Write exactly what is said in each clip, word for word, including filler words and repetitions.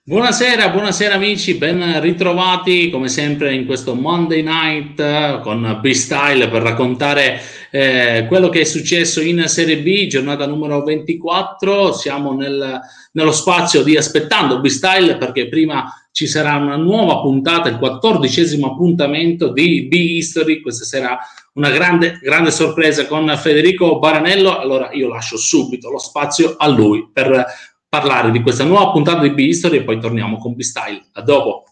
Buonasera, buonasera amici, ben ritrovati come sempre in questo Monday Night eh, con B-Style per raccontare eh, quello che è successo in Serie B, giornata numero ventiquattro. Siamo nel, nello spazio di Aspettando B-Style perché prima ci sarà una nuova puntata, il quattordicesimo appuntamento di B-History. Questa sera una grande, grande sorpresa con Federico Baranello. Allora io lascio subito lo spazio a lui per parlare di questa nuova puntata di B-History e poi torniamo con B-Style. A dopo.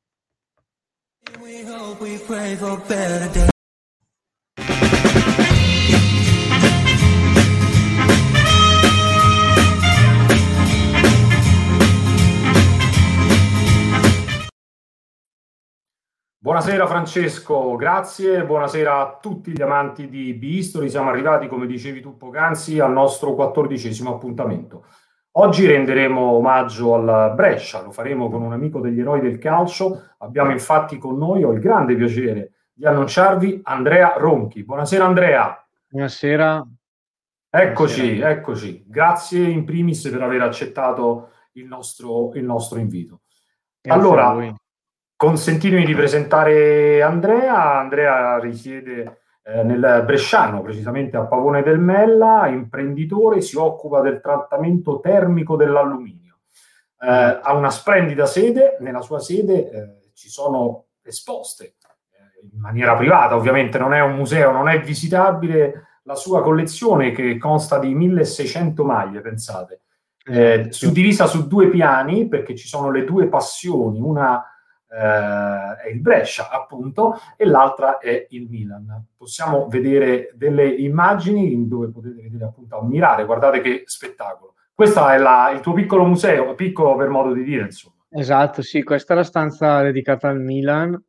Buonasera Francesco, grazie, buonasera a tutti gli amanti di B-History. Siamo arrivati, come dicevi tu poc'anzi, al nostro quattordicesimo appuntamento. Oggi renderemo omaggio al Brescia, lo faremo con un amico degli eroi del calcio. Abbiamo infatti con noi, ho il grande piacere di annunciarvi Andrea Ronchi. Buonasera Andrea. Buonasera. Eccoci, Buonasera. eccoci. Grazie in primis per aver accettato il nostro, il nostro invito. Grazie a Allora, voi. consentitemi di presentare Andrea. Andrea risiede eh, nel Bresciano, precisamente a Pavone del Mella, imprenditore, si occupa del trattamento termico dell'alluminio. Eh, Esatto. ha una splendida sede, nella sua sede eh, ci sono esposte eh, in maniera privata, ovviamente non è un museo, non è visitabile la sua collezione che consta di milleseicento maglie, pensate, eh, Esatto. suddivisa su due piani perché ci sono le due passioni, una eh, è il Brescia appunto e l'altra è il Milan. Possiamo vedere delle immagini dove potete vedere appunto ammirare, guardate che spettacolo. Questo è la, il tuo piccolo museo, piccolo per modo di dire insomma. Esatto, sì, questa è la stanza dedicata al Milan,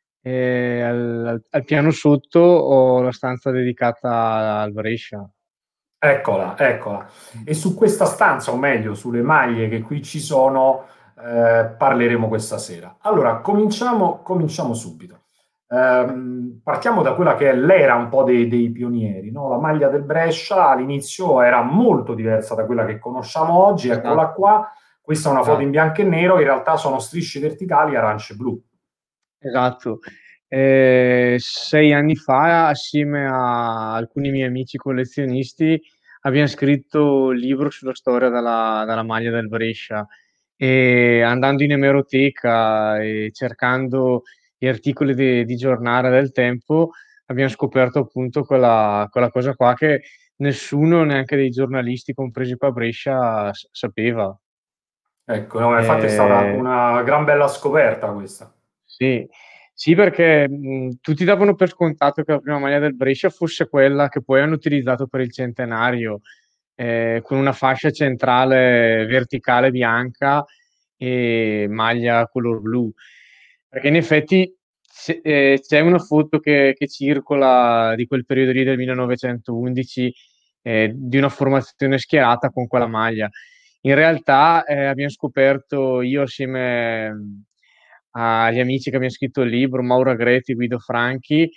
e al, al- al piano sotto ho la stanza dedicata al Brescia. Eccola, eccola. E su questa stanza, o meglio, sulle maglie che qui ci sono, eh, parleremo questa sera. Allora, cominciamo, cominciamo subito. Ehm, partiamo da quella che è l'era un po' dei, dei pionieri, no? La maglia del Brescia all'inizio era molto diversa da quella che conosciamo oggi. Eccola Esatto, qua. Questa è una foto in esatto, bianco e nero, in realtà sono strisce verticali arance e blu. esatto. Eh, sei anni fa, assieme a alcuni miei amici collezionisti, abbiamo scritto un libro sulla storia della, della maglia del Brescia. E andando in emeroteca e cercando gli articoli di, di giornale del tempo, abbiamo scoperto appunto quella, quella cosa qua che nessuno, neanche dei giornalisti, compresi qua a Brescia, s- sapeva. Ecco, no, infatti è stata Eh, una gran bella scoperta questa. sì, sì, perché mh, tutti davano per scontato che la prima maglia del Brescia fosse quella che poi hanno utilizzato per il centenario, eh, con una fascia centrale verticale bianca e maglia color blu. Perché in effetti se- eh, c'è una foto che, che circola di quel periodo lì del millenovecentoundici, eh, di una formazione schierata con quella maglia. In realtà eh, abbiamo scoperto io assieme mh, agli amici che abbiamo scritto il libro, Mauro Agreti, Guido Franchi,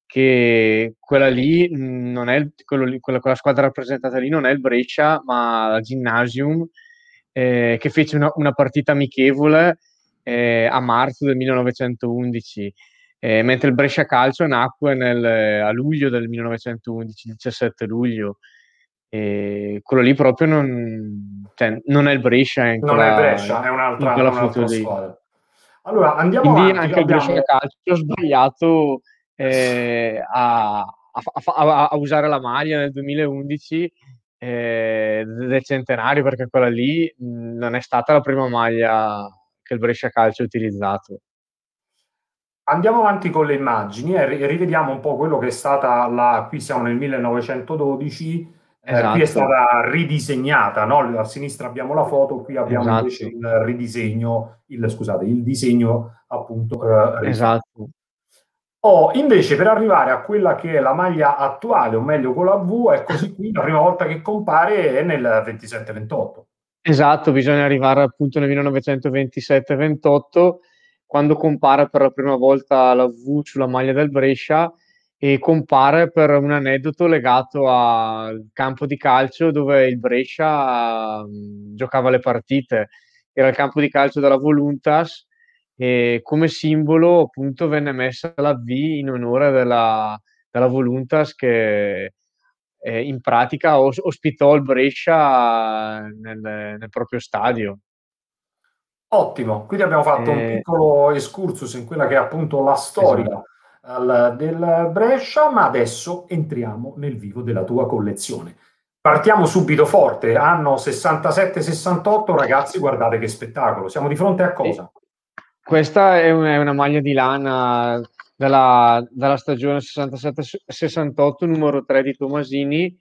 che quella lì mh, non è il- quello lì- quella, quella squadra rappresentata lì non è il Brescia, ma la Gymnasium, eh, che fece una, una partita amichevole eh, a marzo del millenovecentoundici, eh, mentre il Brescia Calcio nacque nel- a luglio del millenovecentoundici, diciassette luglio. E quello lì proprio non, cioè, non è il Brescia in Non è quella, Brescia, è in un'altra è quella foto un'altra lì. squadra. Allora, andiamo Quindi avanti. anche il Brescia Abbiamo Calcio ha sbagliato eh, a, a- a- a usare la maglia nel duemilaundici eh, del centenario, perché quella lì mh, non è stata la prima maglia che il Brescia Calcio ha utilizzato. Andiamo avanti con le immagini e ri- rivediamo un po' quello che è stata la. Qui siamo nel millenovecentododici, eh, qui è Esatto, stata ridisegnata, no? A sinistra abbiamo la foto, qui abbiamo invece esatto, il ridisegno, il, scusate, il disegno appunto eh, rifatto. esatto. Oh, invece per arrivare a quella che è la maglia attuale, o meglio con la V, eccoci qui, la prima volta che compare è nel ventisette ventotto. Esatto, bisogna arrivare appunto nel millenovecentoventisette ventotto, quando compare per la prima volta la V sulla maglia del Brescia, e compare per un aneddoto legato al campo di calcio dove il Brescia mh, giocava le partite. era il campo di calcio della Voluntas, e come simbolo appunto venne messa la V in onore della, della Voluntas, che eh, in pratica os- ospitò il Brescia nel, nel proprio stadio. Ottimo, quindi abbiamo fatto un Eh, piccolo excursus in quella che è appunto la storia esatto. al- del Brescia, ma adesso entriamo nel vivo della tua collezione. Partiamo subito forte, anno sessantasette sessantotto, ragazzi, guardate che spettacolo, siamo di fronte a Sì. cosa? Questa è un- è una maglia di lana dalla, dalla stagione sessantasette sessantotto, numero tre di Tomasini.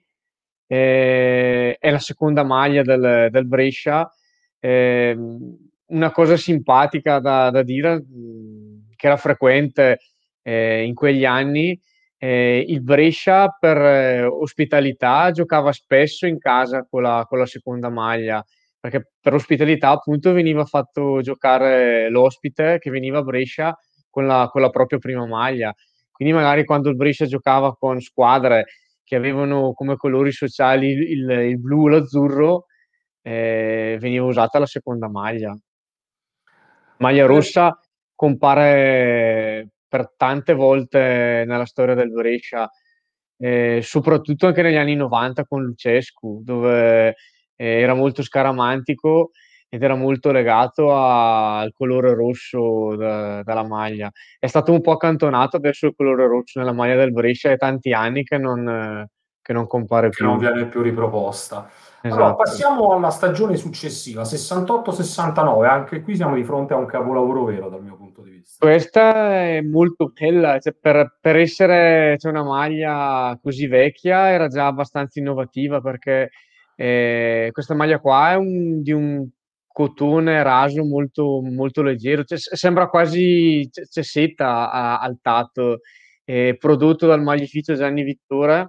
Eh, è la seconda maglia del, del Brescia. Eh, una cosa simpatica da, da dire, mh, che era frequente eh, in quegli anni, eh, il Brescia per eh, ospitalità giocava spesso in casa con la, con la seconda maglia, perché per ospitalità appunto veniva fatto giocare l'ospite che veniva a Brescia con la, con la propria prima maglia. Quindi magari quando il Brescia giocava con squadre che avevano come colori sociali il, il, il blu o l'azzurro, eh, veniva usata la seconda maglia. Maglia Eh, rossa compare per tante volte nella storia del Brescia, eh, soprattutto anche negli anni novanta con Lucescu, dove eh, era molto scaramantico ed era molto legato a- al colore rosso da- della maglia. È stato un po' accantonato adesso il colore rosso nella maglia del Brescia, è tanti anni che non, eh, che non compare che non più. viene più riproposta. Allora, Esatto. passiamo alla stagione successiva, sessantotto sessantanove, anche qui siamo di fronte a un capolavoro vero dal mio punto di vista. Questa è molto bella, cioè, per, per essere cioè, una maglia così vecchia era già abbastanza innovativa, perché eh, questa maglia qua è un- di un cotone raso molto, molto leggero, cioè, s- sembra quasi c- cessetta a- al tatto, eh, prodotto dal maglificio Gianni Vittore.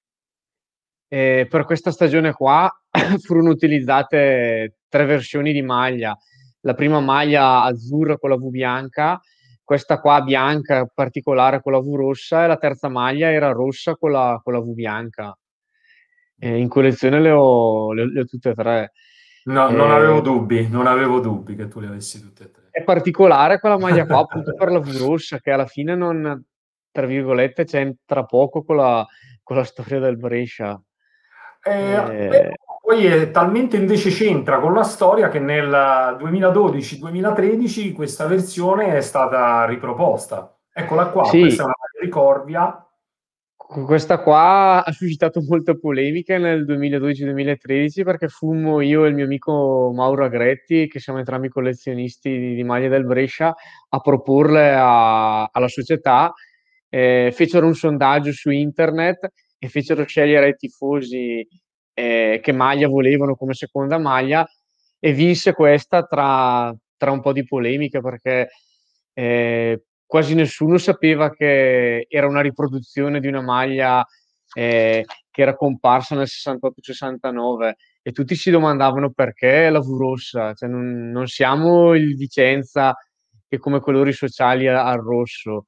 Eh, per questa stagione qua furono utilizzate tre versioni di maglia. La prima maglia azzurra con la V bianca, questa qua bianca particolare con la V rossa, e la terza maglia era rossa con la, con la V bianca. Eh, in collezione le ho, le ho- le ho tutte e tre. No, non avevo Eh, dubbi, non avevo dubbi che tu li avessi tutte e tre. è particolare quella maglia qua appunto per la V rossa, che alla fine non, tra virgolette, c'entra poco con la, con la storia del Brescia. Eh, però Eh, poi è talmente invece c'entra con la storia che nel duemiladodici duemilatredici questa versione è stata riproposta. Eccola qua, questa è sì, una maglia di Corvia. questa qua ha suscitato molte polemiche nel duemiladodici-duemilatredici, perché fummo io e il mio amico Mauro Agretti, che siamo entrambi collezionisti di, di maglie del Brescia, a proporle a- alla società. Eh, fecero un sondaggio su internet e fecero scegliere ai tifosi eh, che maglia volevano come seconda maglia, e vinse questa tra, tra un po' di polemiche, perché eh, quasi nessuno sapeva che era una riproduzione di una maglia eh, che era comparsa nel sessantotto sessantanove, e tutti si domandavano perché la V rossa, cioè, non, non siamo il Vicenza che come colori sociali ha ha il rosso.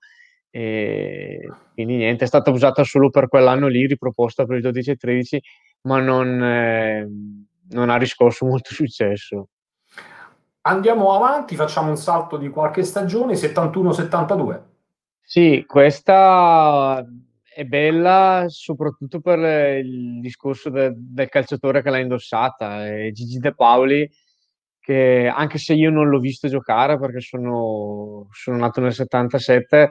E quindi niente, è stata usata solo per quell'anno lì, riproposta per il dodici e tredici, ma non, eh, non ha riscosso molto successo. Andiamo avanti, facciamo un salto di qualche stagione, settantuno settantadue. Sì, questa è bella soprattutto per il discorso de- del calciatore che l'ha indossata, è Gigi De Paoli, che anche se io non l'ho visto giocare perché sono, sono nato nel settantasette,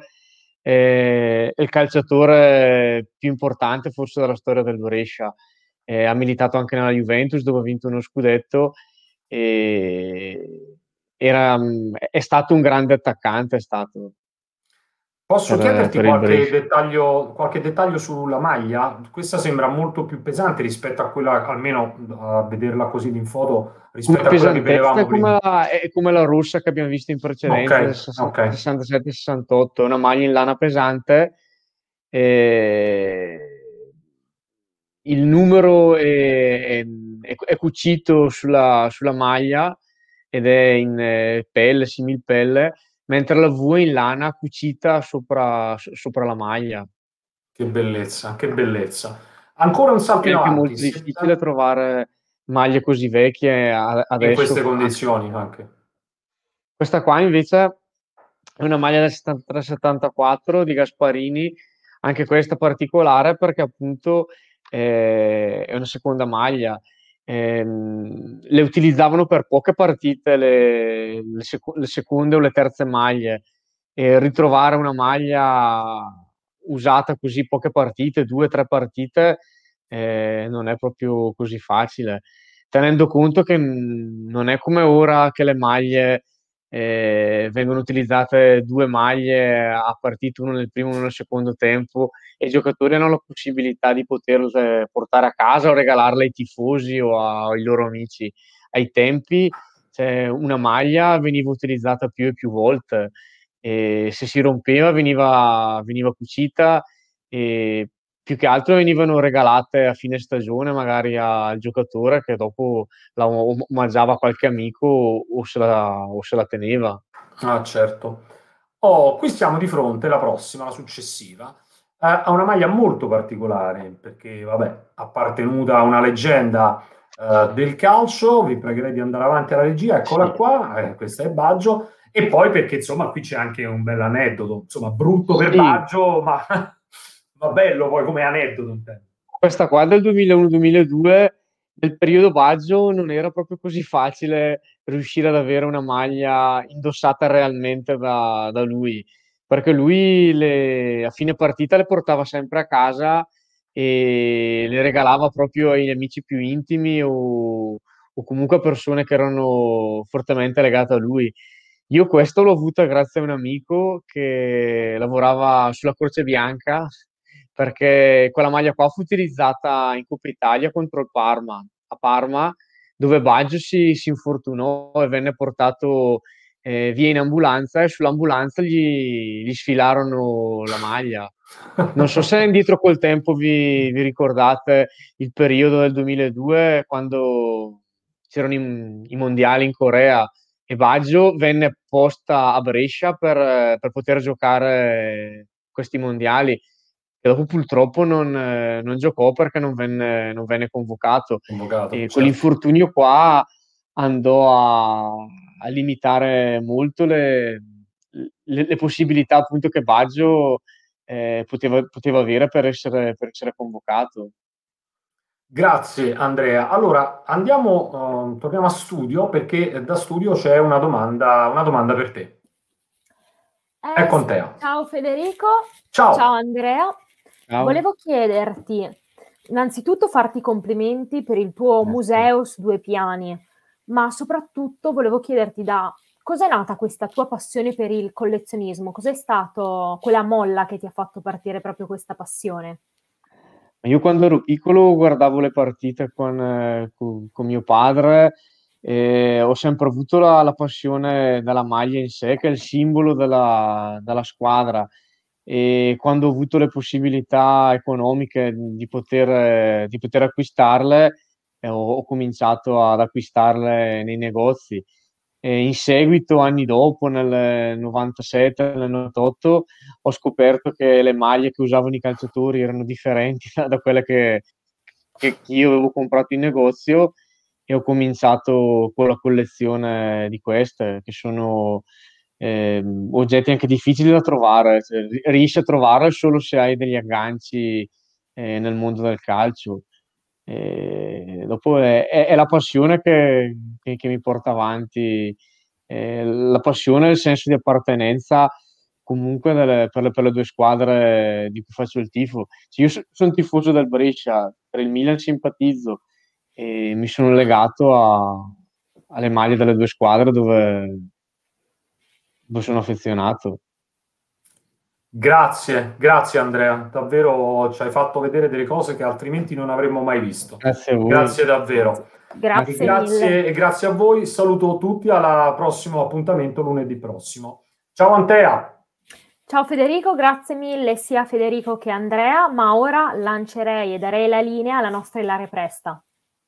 è il calciatore più importante forse della storia del Brescia. Eh, ha militato anche nella Juventus, dove ha vinto uno scudetto, e era, è stato un grande attaccante, è stato Posso per, chiederti per il qualche Brescia. dettaglio, qualche dettaglio sulla maglia? Questa sembra molto più pesante rispetto a quella, almeno a vederla così in foto, Come rispetto a quella che pesantezza vedevamo è come prima. la, è come la rossa che abbiamo visto in Ok, precedenza, del ok. sessantasette sessantotto, è una maglia in lana pesante. E il numero è, è- è cucito sulla, sulla maglia ed è in eh, pelle, similpelle, mentre la V è in lana cucita sopra, sopra la maglia. Che bellezza, che bellezza. Ancora un salto È in anche avanti. molto difficile Setta- trovare maglie così vecchie adesso. In queste condizioni anche. Questa qua invece è una maglia del settantatré settantaquattro di Gasparini, anche questa particolare perché appunto eh, è una seconda maglia. Eh, le utilizzavano per poche partite le, le, sec- le seconde o le terze maglie, e ritrovare una maglia usata così poche partite, due o tre partite, eh, non è proprio così facile, tenendo conto che mh, non è come ora che le maglie eh, vengono utilizzate due maglie a partita, uno nel primo e uno nel secondo tempo, e i giocatori hanno la possibilità di poterle portare a casa o regalarle ai tifosi o a- ai loro amici. Ai tempi, cioè, una maglia veniva utilizzata più e più volte, e se si rompeva veniva, veniva cucita, e più che altro venivano regalate a fine stagione magari al giocatore, che dopo la omaggiava a qualche amico o se la, o se la teneva. Ah, certo. Oh, qui siamo di fronte, la prossima, la successiva, eh, a una maglia molto particolare, perché, vabbè, appartenuta a una leggenda eh, del calcio. Vi pregherei di andare avanti alla regia, eccola Sì. qua, eh, questa è Baggio, e poi perché, insomma, qui c'è anche un bel aneddoto, insomma, brutto per Sì, Baggio, ma, ma bello poi come aneddoto. intendo. questa qua del duemilauno duemiladue, nel periodo Baggio, non era proprio così facile riuscire ad avere una maglia indossata realmente da, da lui, perché lui le- a fine partita le portava sempre a casa e le regalava proprio agli amici più intimi o, o comunque a persone che erano fortemente legate a lui. Io questo l'ho avuta grazie a un amico che lavorava sulla Croce Bianca, perché quella maglia qua fu utilizzata in Coppa Italia contro il Parma, a Parma, dove Baggio si, si infortunò e venne portato eh, via in ambulanza, e sull'ambulanza gli, gli sfilarono la maglia. Non so se indietro col tempo vi, vi ricordate il periodo del duemiladue, quando c'erano i, i mondiali in Corea, e Baggio venne posta a Brescia per, per poter giocare questi mondiali, e dopo purtroppo non, eh, non giocò perché non venne, non venne convocato. Convocato, E certo. quell'infortunio qua andò a, a limitare molto le, le- le possibilità appunto che Baggio eh, poteva, poteva avere per essere, per essere convocato. Grazie Andrea. Allora andiamo, eh, torniamo a studio perché da studio c'è una domanda, una domanda per te. È Eh, con sì. te. Ciao Federico, Ciao. ciao Andrea. Ciao. Volevo chiederti, innanzitutto farti i complimenti per il tuo Grazie. museo su due piani, ma soprattutto volevo chiederti da cos'è nata questa tua passione per il collezionismo? Cos'è stato quella molla che ti ha fatto partire proprio questa passione? Io quando ero piccolo guardavo le partite con, eh, con- con mio padre, e ho sempre avuto la, la passione della maglia in sé, che è il simbolo della, della squadra. E quando ho avuto le possibilità economiche di poter, eh, di poter acquistarle, eh, ho, ho cominciato ad acquistarle nei negozi. E in seguito, anni dopo, nel novantasette, nel novantotto, ho scoperto che le maglie che usavano i calciatori erano differenti da, da quelle che, che io avevo comprato in negozio, e ho cominciato con la collezione di queste, che sono ehm, oggetti anche difficili da trovare. Cioè, ri- riesci a trovarle solo se hai degli agganci eh, nel mondo del calcio. E dopo è, è- è la passione che, che- che mi porta avanti, eh, la passione e il senso di appartenenza comunque delle- per le, per le due squadre di cui faccio il tifo. Cioè, io so- sono tifoso del Brescia, per il Milan simpatizzo, e mi sono legato a- alle maglie delle due squadre dove, dove sono affezionato. Grazie, grazie Andrea. Davvero ci hai fatto vedere delle cose che altrimenti non avremmo mai visto. Grazie a voi. Grazie davvero. E Grazie mille. grazie, e grazie a voi. Saluto tutti al prossimo appuntamento lunedì prossimo. Ciao Antea. Ciao Federico, grazie mille sia a Federico che a Andrea, ma ora lancerei e darei la linea alla nostra Ilaria Presta.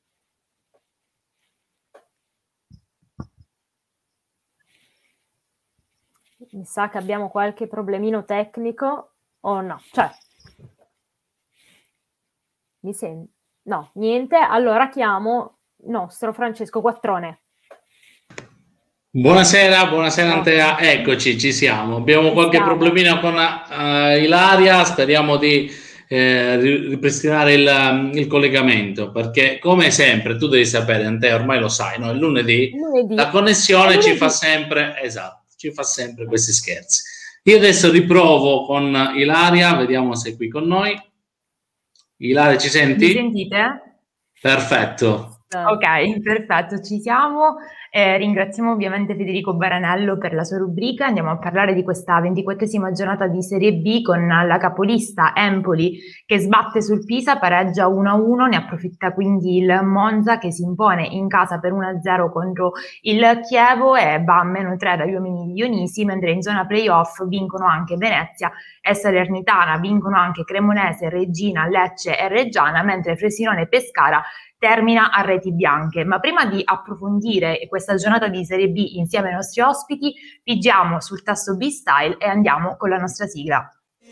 Mi sa che abbiamo qualche problemino tecnico o no? Cioè, mi senti? No, niente. Allora chiamo nostro Francesco Quattrone. Buonasera, buonasera Antea, eccoci, ci siamo. Abbiamo qualche problemino con uh, Ilaria, speriamo di eh, ripristinare il, il collegamento, perché come sempre, tu devi sapere Antea, ormai lo sai, no? Il lunedì, lunedì. la connessione lunedì. ci fa sempre, esatto, ci fa sempre questi scherzi. Io adesso riprovo con Ilaria, vediamo se è qui con noi. Ilaria, ci senti? Mi sentite? Perfetto. Ok, perfetto, ci siamo. Eh, ringraziamo ovviamente Federico Baranello per la sua rubrica. Andiamo a parlare di questa ventiquattresima giornata di Serie B con la capolista Empoli che sbatte sul Pisa, pareggia uno a uno, ne approfitta quindi il Monza che si impone in casa per uno a zero contro il Chievo e va a meno tre dagli uomini di Dionisi, mentre in zona playoff vincono anche Venezia e Salernitana, vincono anche Cremonese, Reggina, Lecce e Reggiana, mentre Frosinone e Pescara termina a reti bianche. Ma prima di approfondire questa giornata di Serie B insieme ai nostri ospiti, pigiamo sul tasto B-Style e andiamo con la nostra sigla.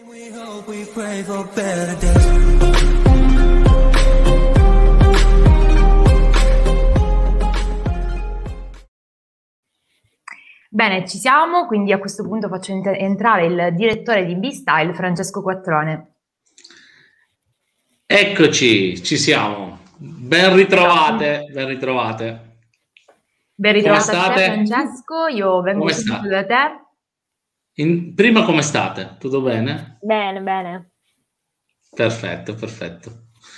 Bene, ci siamo, quindi a questo punto faccio ent- entrare il direttore di B-Style, Francesco Quattrone. Eccoci, ci siamo. Ben ritrovate, ben ritrovate. Ben ritrovata a te, Francesco, io vengo subito da te. In, prima come state? Tutto bene? Bene, bene. Perfetto, perfetto.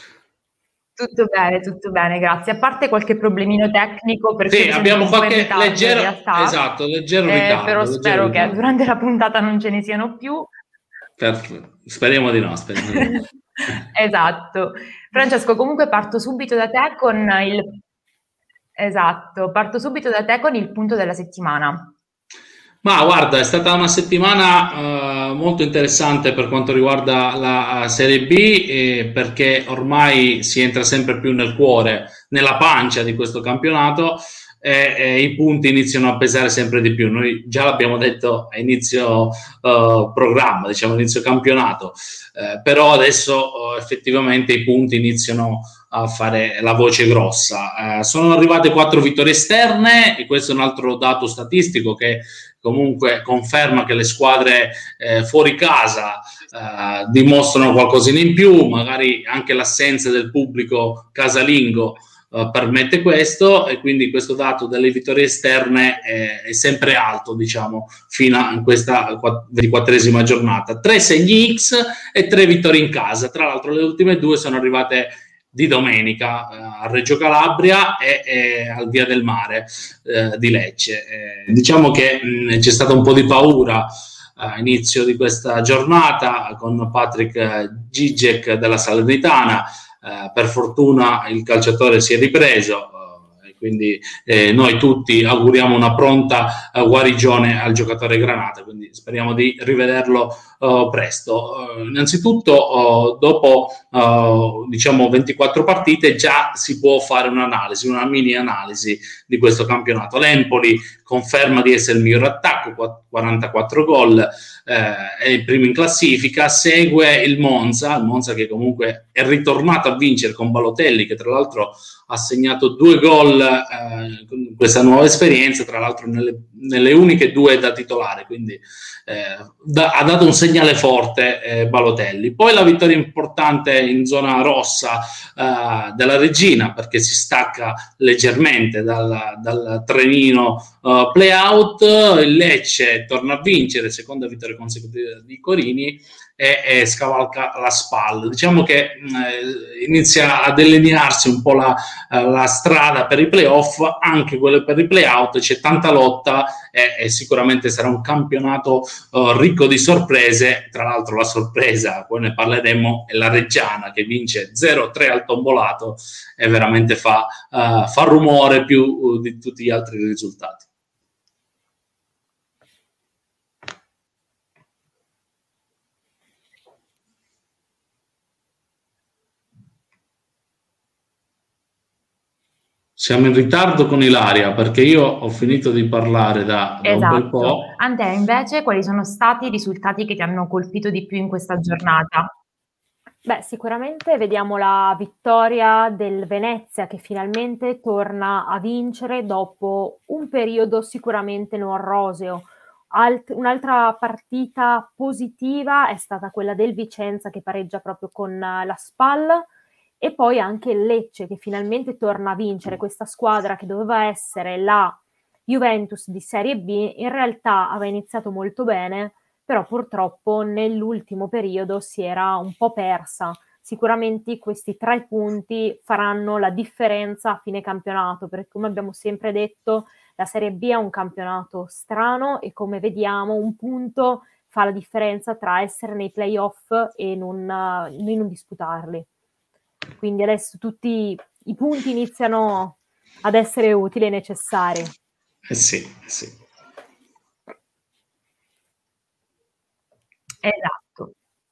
Tutto bene, tutto bene, grazie. A parte qualche problemino tecnico, per sì, abbiamo qualche ritardo, leggero, esatto, leggero eh, ritardo. Però leggero spero ritardo. che durante la puntata non ce ne siano più. Perfetto. Speriamo di no, speriamo di no. Esatto. Francesco, comunque parto subito da te con il esatto, parto subito da te con il punto della settimana. Ma guarda, è stata una settimana uh, molto interessante per quanto riguarda la uh, Serie B, eh, perché ormai si entra sempre più nel cuore, nella pancia di questo campionato e, e i punti iniziano a pesare sempre di più. Noi già l'abbiamo detto a inizio uh, programma, diciamo inizio campionato, eh, però adesso uh, effettivamente i punti iniziano a fare la voce grossa. Eh, sono arrivate quattro vittorie esterne e questo è un altro dato statistico che comunque conferma che le squadre eh, fuori casa eh, dimostrano qualcosina in più, magari anche l'assenza del pubblico casalingo eh, permette questo, e quindi questo dato delle vittorie esterne è, è sempre alto, diciamo, fino a questa ventiquattresima giornata. Tre segni X e tre vittorie in casa. Tra l'altro le ultime due sono arrivate di domenica eh, a Reggio Calabria e, e al Via del Mare eh, di Lecce. Eh, diciamo che mh, c'è stata un po' di paura a inizio di questa giornata con Patrick Gigek della Salernitana. Eh, per fortuna il calciatore si è ripreso, eh, quindi eh, noi tutti auguriamo una pronta uh, guarigione al giocatore granata, quindi speriamo di rivederlo uh, presto. Uh, innanzitutto uh, dopo uh, diciamo ventiquattro partite già si può fare un'analisi, una mini analisi di questo campionato. L'Empoli conferma di essere il miglior attacco, quarantaquattro gol, eh, è il primo in classifica, segue il Monza, il Monza che comunque è ritornato a vincere con Balotelli, che tra l'altro ha segnato due gol eh, con questa nuova esperienza, tra l'altro nelle, nelle uniche due da titolare, quindi eh, da, ha dato un segnale forte eh, Balotelli. Poi la vittoria importante in zona rossa eh, della Reggina, perché si stacca leggermente dal, dal trenino uh, play-out. Il Lecce torna a vincere, seconda vittoria consecutiva di Corini, e, e scavalca la spalla. Diciamo che eh, inizia a delinearsi un po' la, la strada per i playoff, anche quelle per i playout. C'è tanta lotta e, e sicuramente sarà un campionato uh, ricco di sorprese. Tra l'altro la sorpresa, poi ne parleremo, è la Reggiana che vince zero a tre al tombolato e veramente fa, uh, fa rumore più uh, di tutti gli altri risultati. Siamo in ritardo con Ilaria perché io ho finito di parlare da, da esatto. un bel po'. A te invece quali sono stati i risultati che ti hanno colpito di più in questa giornata? Beh, sicuramente vediamo la vittoria del Venezia che finalmente torna a vincere dopo un periodo sicuramente non roseo. Alt- un'altra partita positiva è stata quella del Vicenza che pareggia proprio con uh, la Spal, e poi anche il Lecce che finalmente torna a vincere. Questa squadra che doveva essere la Juventus di Serie B in realtà aveva iniziato molto bene, però purtroppo nell'ultimo periodo si era un po' persa. Sicuramente questi tre punti faranno la differenza a fine campionato, perché come abbiamo sempre detto la Serie B è un campionato strano e come vediamo un punto fa la differenza tra essere nei playoff e non, noi non disputarli. Quindi adesso tutti i punti iniziano ad essere utili e necessari. Eh sì, eh sì. Esatto.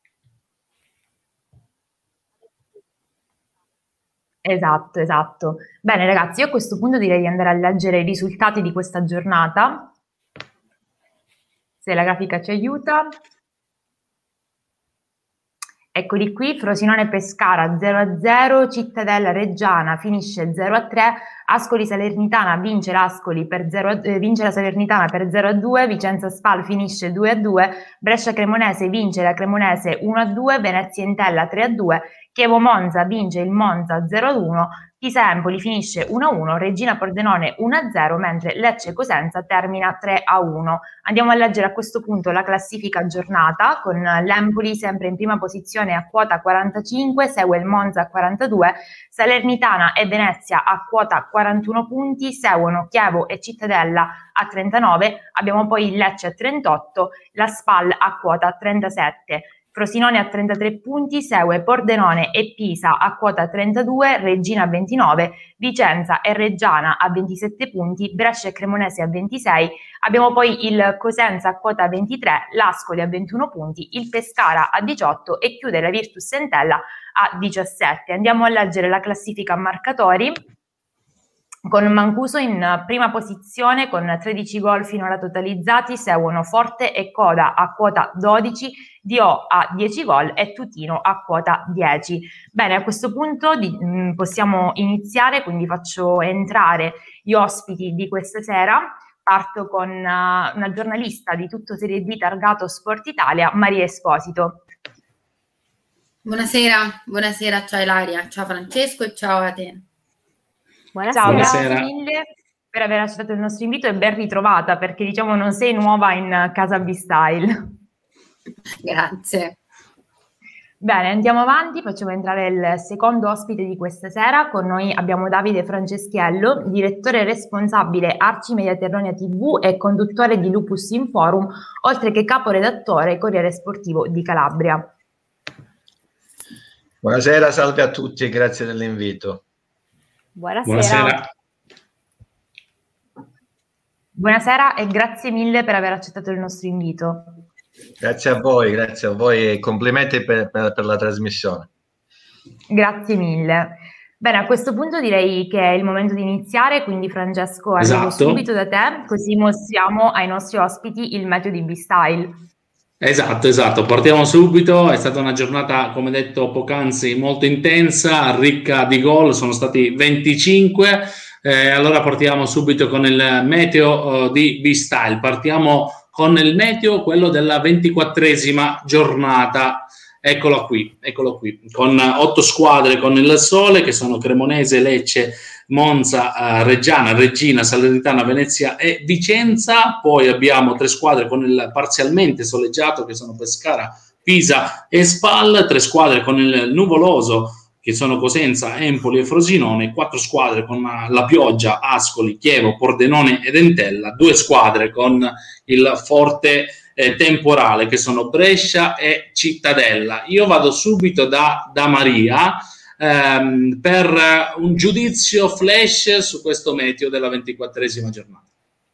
Esatto, esatto. Bene ragazzi, io a questo punto direi di andare a leggere i risultati di questa giornata, se la grafica ci aiuta. Eccoli qui, Frosinone Pescara zero a zero, Cittadella Reggiana finisce zero a tre, Ascoli Salernitana vince l'Ascoli per zero a, eh, vince la Salernitana per zero a due, Vicenza Spal finisce due a due, Brescia Cremonese vince la Cremonese uno a due, Venezia Entella tre a due, Chievo Monza vince il Monza zero a uno, Pisa Empoli finisce uno a uno, Regina Pordenone uno a zero, mentre Lecce Cosenza termina tre a uno. Andiamo a leggere a questo punto la classifica giornata con l'Empoli sempre in prima posizione a quota quarantacinque, segue il Monza a quarantadue, Salernitana e Venezia a quota quarantuno punti, seguono Chievo e Cittadella a trentanove, abbiamo poi il Lecce a trentotto, la Spal a quota trentasette. Frosinone a trentatré punti, segue Pordenone e Pisa a quota trentadue, Regina a ventinove, Vicenza e Reggiana a ventisette punti, Brescia e Cremonese a ventisei, abbiamo poi il Cosenza a quota ventitré, l'Ascoli a ventuno punti, il Pescara a diciotto e chiude la Virtus Entella a diciassette. Andiamo a leggere la classifica a marcatori, con Mancuso in prima posizione con tredici gol finora totalizzati, seguono Forte e Coda a quota dodici, Dio a dieci gol e Tutino a quota dieci. Bene, a questo punto di, mh, possiamo iniziare, quindi faccio entrare gli ospiti di questa sera. Parto con uh, una giornalista di Tutto Serie B targato Sport Italia, Maria Esposito. Buonasera, buonasera, ciao Ilaria, ciao Francesco e ciao a te. Buonasera. Ciao, grazie mille per aver accettato il nostro invito e ben ritrovata, perché diciamo non sei nuova in casa B-Style. Grazie. Bene, andiamo avanti, facciamo entrare il secondo ospite di questa sera. Con noi abbiamo Davide Franceschiello, direttore responsabile Arci Media Terronia tivù e conduttore di Lupus in Forum, oltre che caporedattore Corriere Sportivo di Calabria. Buonasera, salve a tutti e grazie dell'invito. Buonasera. Buonasera. Buonasera e grazie mille per aver accettato il nostro invito. Grazie a voi, grazie a voi e complimenti per, per, per la trasmissione. Grazie mille. Bene, a questo punto direi che è il momento di iniziare, quindi Francesco arrivo Esatto. subito da te, così mostriamo ai nostri ospiti il metodo di B-Style. Esatto, esatto, partiamo subito, è stata una giornata, come detto poc'anzi, molto intensa, ricca di gol, sono stati venticinque, eh, allora partiamo subito con il meteo uh, di B-Style, partiamo con il meteo, quello della ventiquattresima giornata, eccolo qui, eccolo qui, con otto squadre con il sole che sono Cremonese, Lecce, Monza, uh, Reggiana, Regina, Salernitana, Venezia e Vicenza. Poi abbiamo tre squadre con il parzialmente soleggiato che sono Pescara, Pisa e Spal, tre squadre con il nuvoloso che sono Cosenza, Empoli e Frosinone, quattro squadre con la pioggia, Ascoli, Chievo, Pordenone ed Entella, due squadre con il forte eh, temporale che sono Brescia e Cittadella. Io vado subito da, da Maria ehm, per un giudizio flash su questo meteo della ventiquattresima giornata.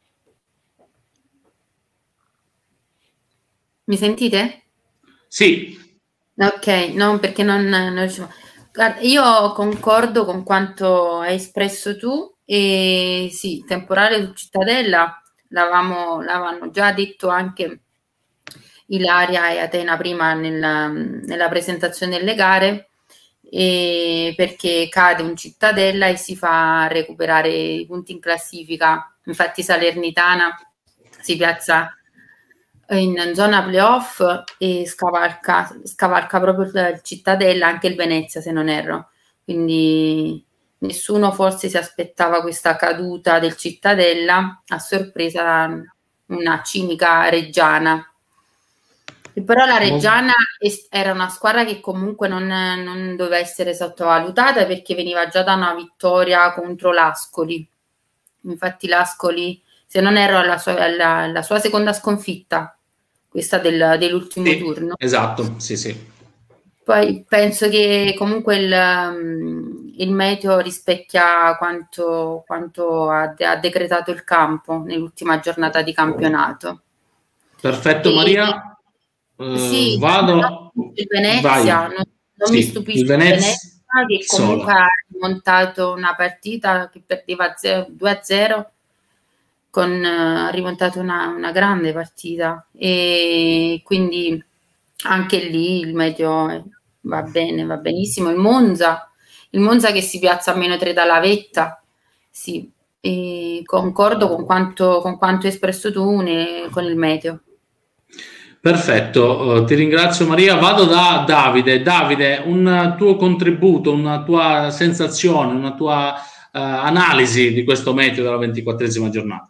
Mi sentite? Sì. Ok, no, perché non, non riuscivo. Guarda, io concordo con quanto hai espresso tu e sì, temporale su Cittadella l'avevamo, l'avevano già detto anche Ilaria e Atena prima nella, nella presentazione delle gare, e perché cade un Cittadella e si fa recuperare i punti in classifica. Infatti Salernitana si piazza in zona playoff e scavalca, scavalca proprio il Cittadella, anche il Venezia se non erro, quindi nessuno forse si aspettava questa caduta del Cittadella, a sorpresa una cinica Reggiana. E però la Reggiana era una squadra che comunque non, non doveva essere sottovalutata, perché veniva già da una vittoria contro l'Ascoli. Infatti l'Ascoli, se non erro, la sua, la, la sua seconda sconfitta, questa del, dell'ultimo sì, turno. Esatto, sì, sì. Poi penso che comunque il, il meteo rispecchia quanto, quanto ha, ha decretato il campo nell'ultima giornata di campionato. Perfetto, e, Maria. Uh, sì, vado. Il Venezia, Vai. non, non sì, mi stupisce il Venezia, Venezia che comunque sola. ha rimontato una partita che perdeva due a zero, con, uh, ha rimontato una, una grande partita, e quindi anche lì il meteo va bene, va benissimo. Il Monza, il Monza che si piazza a meno tre dalla vetta, sì, e concordo con quanto, con quanto hai espresso tu ne, con il meteo. Perfetto, uh, ti ringrazio Maria. Vado da Davide. Davide, un tuo contributo, una tua sensazione, una tua uh, analisi di questo meteo della ventiquattresima giornata.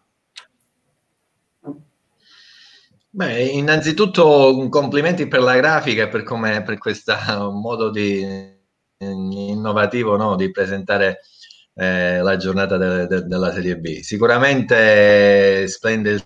Beh, innanzitutto complimenti per la grafica e per come, per questo modo di, innovativo, no, di presentare eh, la giornata de, de, della Serie B. Sicuramente splende il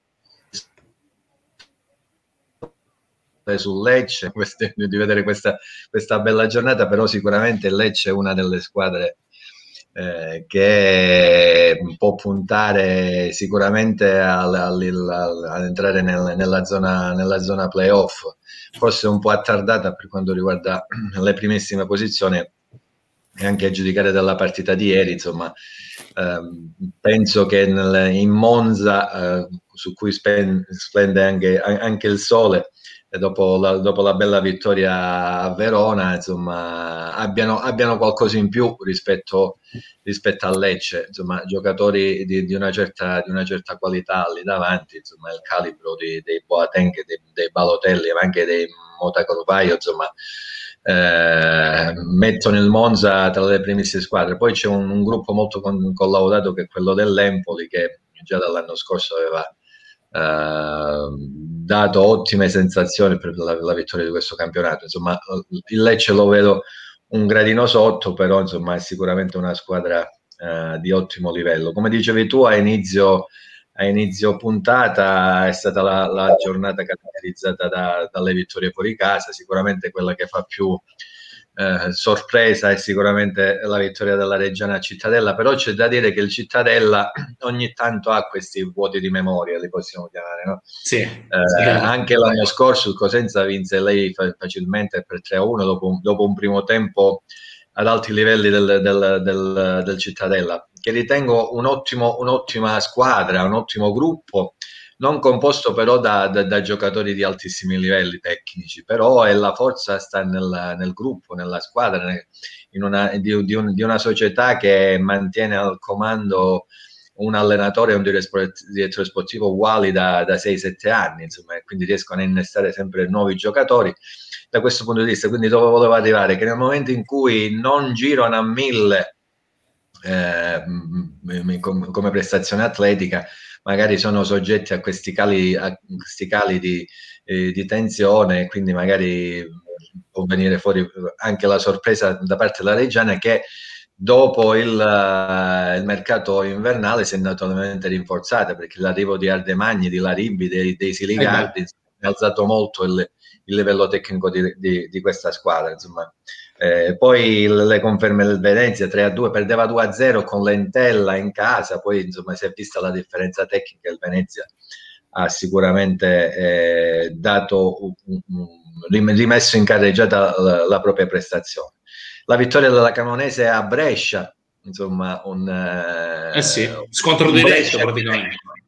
sul Lecce, di vedere questa, questa bella giornata, però sicuramente il Lecce è una delle squadre eh, che può puntare sicuramente al, al, al, ad entrare nel, nella zona, nella zona playoff, forse un po' attardata per quanto riguarda le primissime posizioni, e anche a giudicare dalla partita di ieri, insomma, ehm, penso che nel, in Monza, eh, su cui spen, splende anche, anche il sole, e dopo la, dopo la bella vittoria a Verona, insomma, abbiano, abbiano qualcosa in più rispetto, rispetto a Lecce, insomma, giocatori di, di, una certa, di una certa qualità lì davanti, insomma, il calibro di, dei Boateng, dei, dei Balotelli, ma anche dei Mota Carvalho, insomma, eh, mettono il Monza tra le primissime squadre. Poi c'è un, un gruppo molto con, collaudato, che è quello dell'Empoli, che già dall'anno scorso aveva Uh, dato ottime sensazioni per la, la vittoria di questo campionato. Insomma, il Lecce lo vedo un gradino sotto, però insomma è sicuramente una squadra uh, di ottimo livello. Come dicevi tu, a inizio, a inizio puntata è stata la, la giornata caratterizzata da, dalle vittorie fuori casa, sicuramente quella che fa più Eh, sorpresa è sicuramente la vittoria della Reggiana a Cittadella, però c'è da dire che il Cittadella ogni tanto ha questi vuoti di memoria, li possiamo chiamare, no? Sì, eh, sì. Anche l'anno scorso il Cosenza vinse lei facilmente per tre a uno dopo, dopo un primo tempo ad alti livelli del, del, del, del Cittadella, che ritengo un ottimo, un'ottima squadra, un ottimo gruppo, non composto però da, da, da giocatori di altissimi livelli tecnici, però è la forza sta nel, nel gruppo, nella squadra, in una, di, di, un, di una società che mantiene al comando un allenatore e un direttore sportivo uguali da, da sei sette anni, insomma, e quindi riescono a innestare sempre nuovi giocatori da questo punto di vista. Quindi dove volevo arrivare? Che nel momento in cui non girano a mille eh, come prestazione atletica, magari sono soggetti a questi cali, a questi cali di, eh, di tensione, quindi magari può venire fuori anche la sorpresa da parte della Reggiana, che dopo il, uh, il mercato invernale si è naturalmente rinforzata, perché l'arrivo di Ardemagni, di Laribbi, dei, dei Siligardi ha alzato molto il, il livello tecnico di, di, di questa squadra, insomma. Eh, poi le conferme del Venezia tre a due, perdeva due a zero con l'Entella in casa, poi insomma si è vista la differenza tecnica. Il Venezia ha sicuramente eh, dato un, un, rimesso in carreggiata la, la propria prestazione. La vittoria della Cremonese a Brescia, insomma un eh sì, scontro diretto praticamente.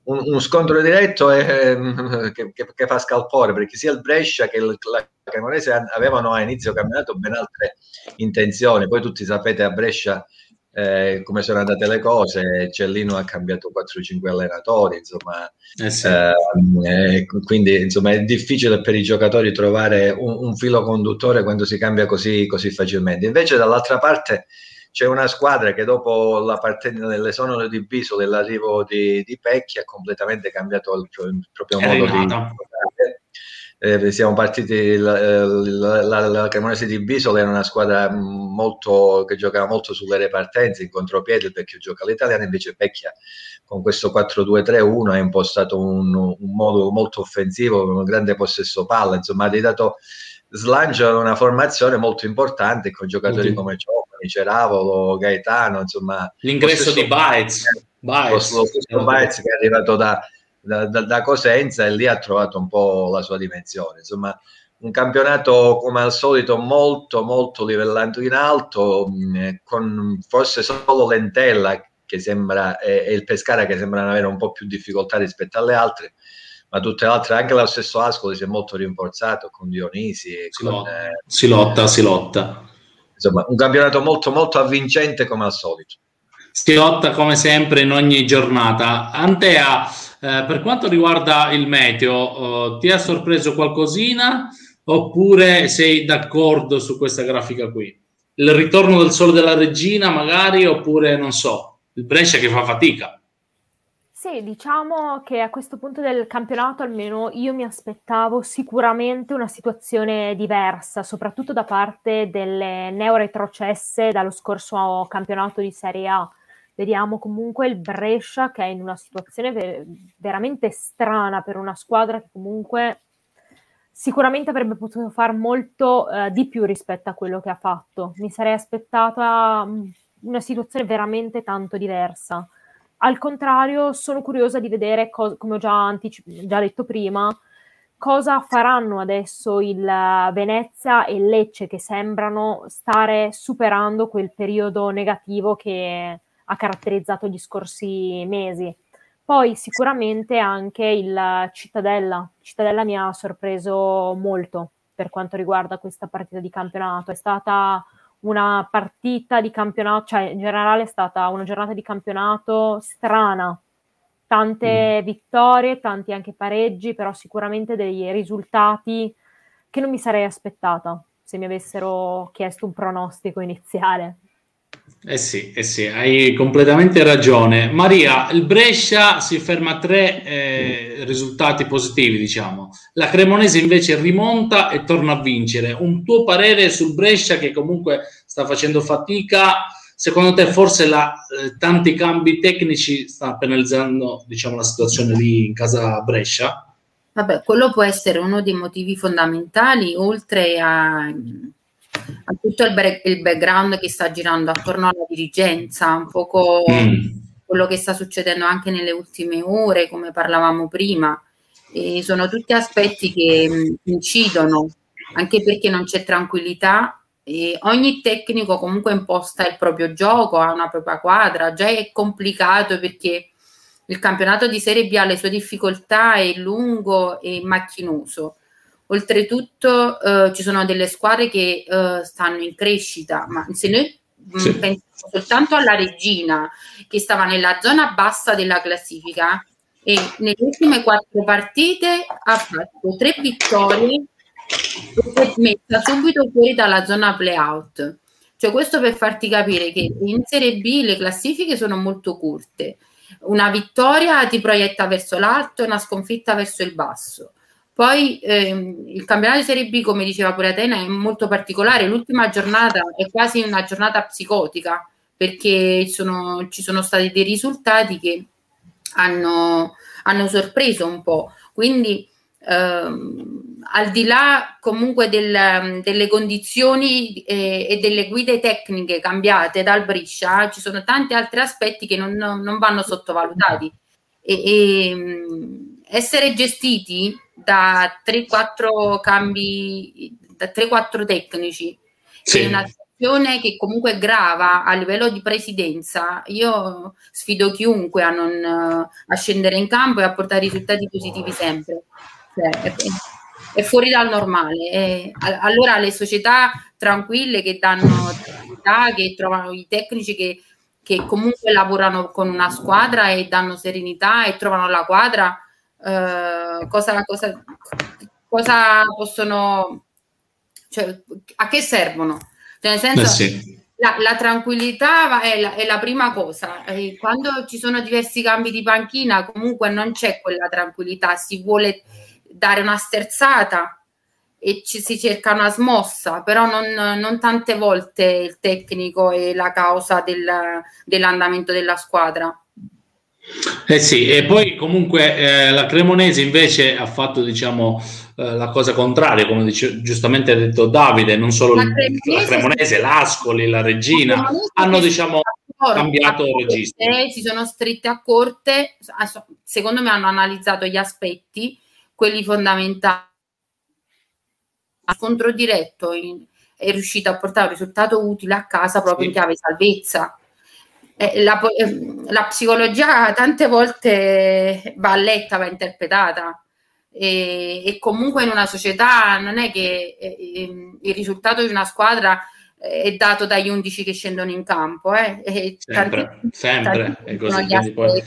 un, uno scontro diretto e, che, che, che fa scalpore, perché sia il Brescia che il, la Cremonese avevano a inizio campionato ben altre intenzioni. Poi tutti sapete a Brescia eh, come sono andate le cose, Cellino ha cambiato quattro cinque allenatori, insomma, eh sì. eh, quindi insomma è difficile per i giocatori trovare un, un filo conduttore quando si cambia così, così facilmente. Invece dall'altra parte c'è una squadra che dopo la partenza dell'esonero di Bisoli e l'arrivo di, di Pecchi ha completamente cambiato il, il proprio è modo rinata. di giocare. Eh, siamo partiti, la, la, la, la Cremonese di Bisoli era una squadra molto, che giocava molto sulle ripartenze, in contropiede, il Vecchio gioca all'italiana, invece Pecchia con questo quattro due tre uno ha impostato un, un modo molto offensivo, con un grande possesso palla, insomma ha dato slancio a una formazione molto importante con giocatori mm-hmm. come Ciofani, Ceravolo, Gaetano, insomma l'ingresso di Baez, Baez. Lo stesso Baez che è arrivato da Da, da, da Cosenza, e lì ha trovato un po' la sua dimensione. Insomma, un campionato come al solito molto molto livellato in alto, mh, con forse solo l'Entella che sembra e, e il Pescara che sembrano avere un po' più difficoltà rispetto alle altre, ma tutte le altre, anche lo stesso Ascoli si è molto rinforzato con Dionisi e si, con, lotta, eh, si lotta, si lotta. Insomma, un campionato molto molto avvincente come al solito. Si lotta come sempre in ogni giornata. Antea, eh, per quanto riguarda il meteo, eh, ti ha sorpreso qualcosina oppure sei d'accordo su questa grafica qui? Il ritorno del sole della regina magari, oppure non so, il Brescia che fa fatica? Sì, diciamo che a questo punto del campionato almeno io mi aspettavo sicuramente una situazione diversa, soprattutto da parte delle neoretrocesse dallo scorso campionato di Serie A. Vediamo comunque il Brescia che è in una situazione ver- veramente strana per una squadra che comunque sicuramente avrebbe potuto far molto eh, di più rispetto a quello che ha fatto. Mi sarei aspettata mh, una situazione veramente tanto diversa. Al contrario, sono curiosa di vedere, co- come ho già, anticip- già detto prima, cosa faranno adesso il Venezia e il Lecce, che sembrano stare superando quel periodo negativo che ha caratterizzato gli scorsi mesi. Poi sicuramente anche il Cittadella. Cittadella mi ha sorpreso molto per quanto riguarda questa partita di campionato. È stata una partita di campionato, cioè in generale è stata una giornata di campionato strana. Tante mm. vittorie, tanti anche pareggi, però sicuramente dei risultati che non mi sarei aspettata se mi avessero chiesto un pronostico iniziale. Eh sì, eh sì, hai completamente ragione. Maria, il Brescia si ferma a tre eh, risultati positivi, diciamo. La Cremonese invece rimonta e torna a vincere. Un tuo parere sul Brescia che comunque sta facendo fatica? Secondo te forse la, eh, tanti cambi tecnici stanno penalizzando, diciamo, la situazione lì in casa Brescia? Vabbè, quello può essere uno dei motivi fondamentali, oltre a... a tutto il, bre- il background che sta girando attorno alla dirigenza, un poco mm. quello che sta succedendo anche nelle ultime ore, come parlavamo prima, e sono tutti aspetti che mh, incidono, anche perché non c'è tranquillità e ogni tecnico comunque imposta il proprio gioco, ha una propria quadra, già è complicato perché il campionato di Serie B ha le sue difficoltà, è lungo e macchinoso. Oltretutto eh, ci sono delle squadre che eh, stanno in crescita, ma se noi sì. mh, pensiamo soltanto alla Regina, che stava nella zona bassa della classifica e nelle ultime quattro partite ha fatto tre vittorie e si è messa subito fuori dalla zona play-out. Cioè questo per farti capire che in Serie B le classifiche sono molto corte. Una vittoria ti proietta verso l'alto e una sconfitta verso il basso. Poi ehm, il campionato di Serie B, come diceva pure Atena, è molto particolare. L'ultima giornata è quasi una giornata psicotica, perché sono, ci sono stati dei risultati che hanno, hanno sorpreso un po'. Quindi ehm, al di là comunque del, delle condizioni eh, e delle guide tecniche cambiate dal Brescia, ci sono tanti altri aspetti che non, non vanno sottovalutati. E, e essere gestiti da tre quattro cambi, da tre quattro tecnici, sì. in una situazione che comunque grava a livello di presidenza, io sfido chiunque a non a scendere in campo e a portare risultati positivi sempre. Cioè, è, è fuori dal normale. E, allora le società tranquille che danno tranquillità, che trovano i tecnici che, che comunque lavorano con una squadra e danno serenità e trovano la quadra, eh, cosa, cosa, cosa possono, cioè, a che servono? Cioè, nel senso, eh sì. la, la tranquillità è la, è la prima cosa. E quando ci sono diversi cambi di panchina, comunque non c'è quella tranquillità, si vuole dare una sterzata e ci si cerca una smossa, però non, non tante volte il tecnico è la causa del, dell'andamento della squadra. Eh sì, e poi comunque eh, la Cremonese invece ha fatto, diciamo, eh, la cosa contraria, come dice, giustamente ha detto Davide, non solo la Cremonese, la Cremonese l'Ascoli, la Regina, la hanno, diciamo, cambiato registro. Si sono stritte a corte, secondo me hanno analizzato gli aspetti, quelli fondamentali. A scontro diretto in, è riuscito a portare un risultato utile a casa proprio sì. in chiave salvezza. Eh, la, eh, la psicologia tante volte va letta, va interpretata e, e comunque in una società non è che eh, il risultato di una squadra è dato dagli undici che scendono in campo. Eh. E sempre, tanti, sempre tanti è così. Quindi poi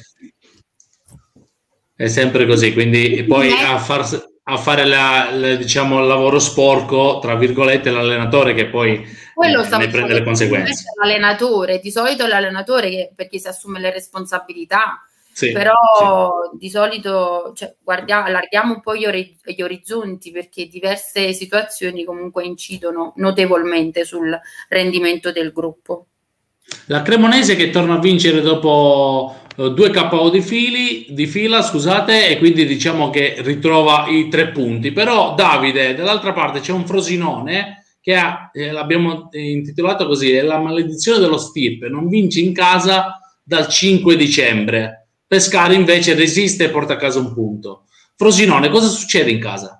è sempre così, quindi poi a, far, a fare la, la, diciamo, il lavoro sporco, tra virgolette, l'allenatore che poi quello eh, ne prende le conseguenze. L'allenatore, di solito è l'allenatore che, perché si assume le responsabilità, sì, però sì. di solito cioè, guardiamo, allarghiamo un po' gli, ori- gli orizzonti perché diverse situazioni comunque incidono notevolmente sul rendimento del gruppo. La Cremonese che torna a vincere dopo uh, due K O di, fili, di fila, scusate, e quindi diciamo che ritrova i tre punti. Però Davide, dall'altra parte c'è un Frosinone che ha, eh, l'abbiamo intitolato così, è la maledizione dello stirpe, non vince in casa dal cinque dicembre. Pescara invece resiste e porta a casa un punto. Frosinone, cosa succede in casa?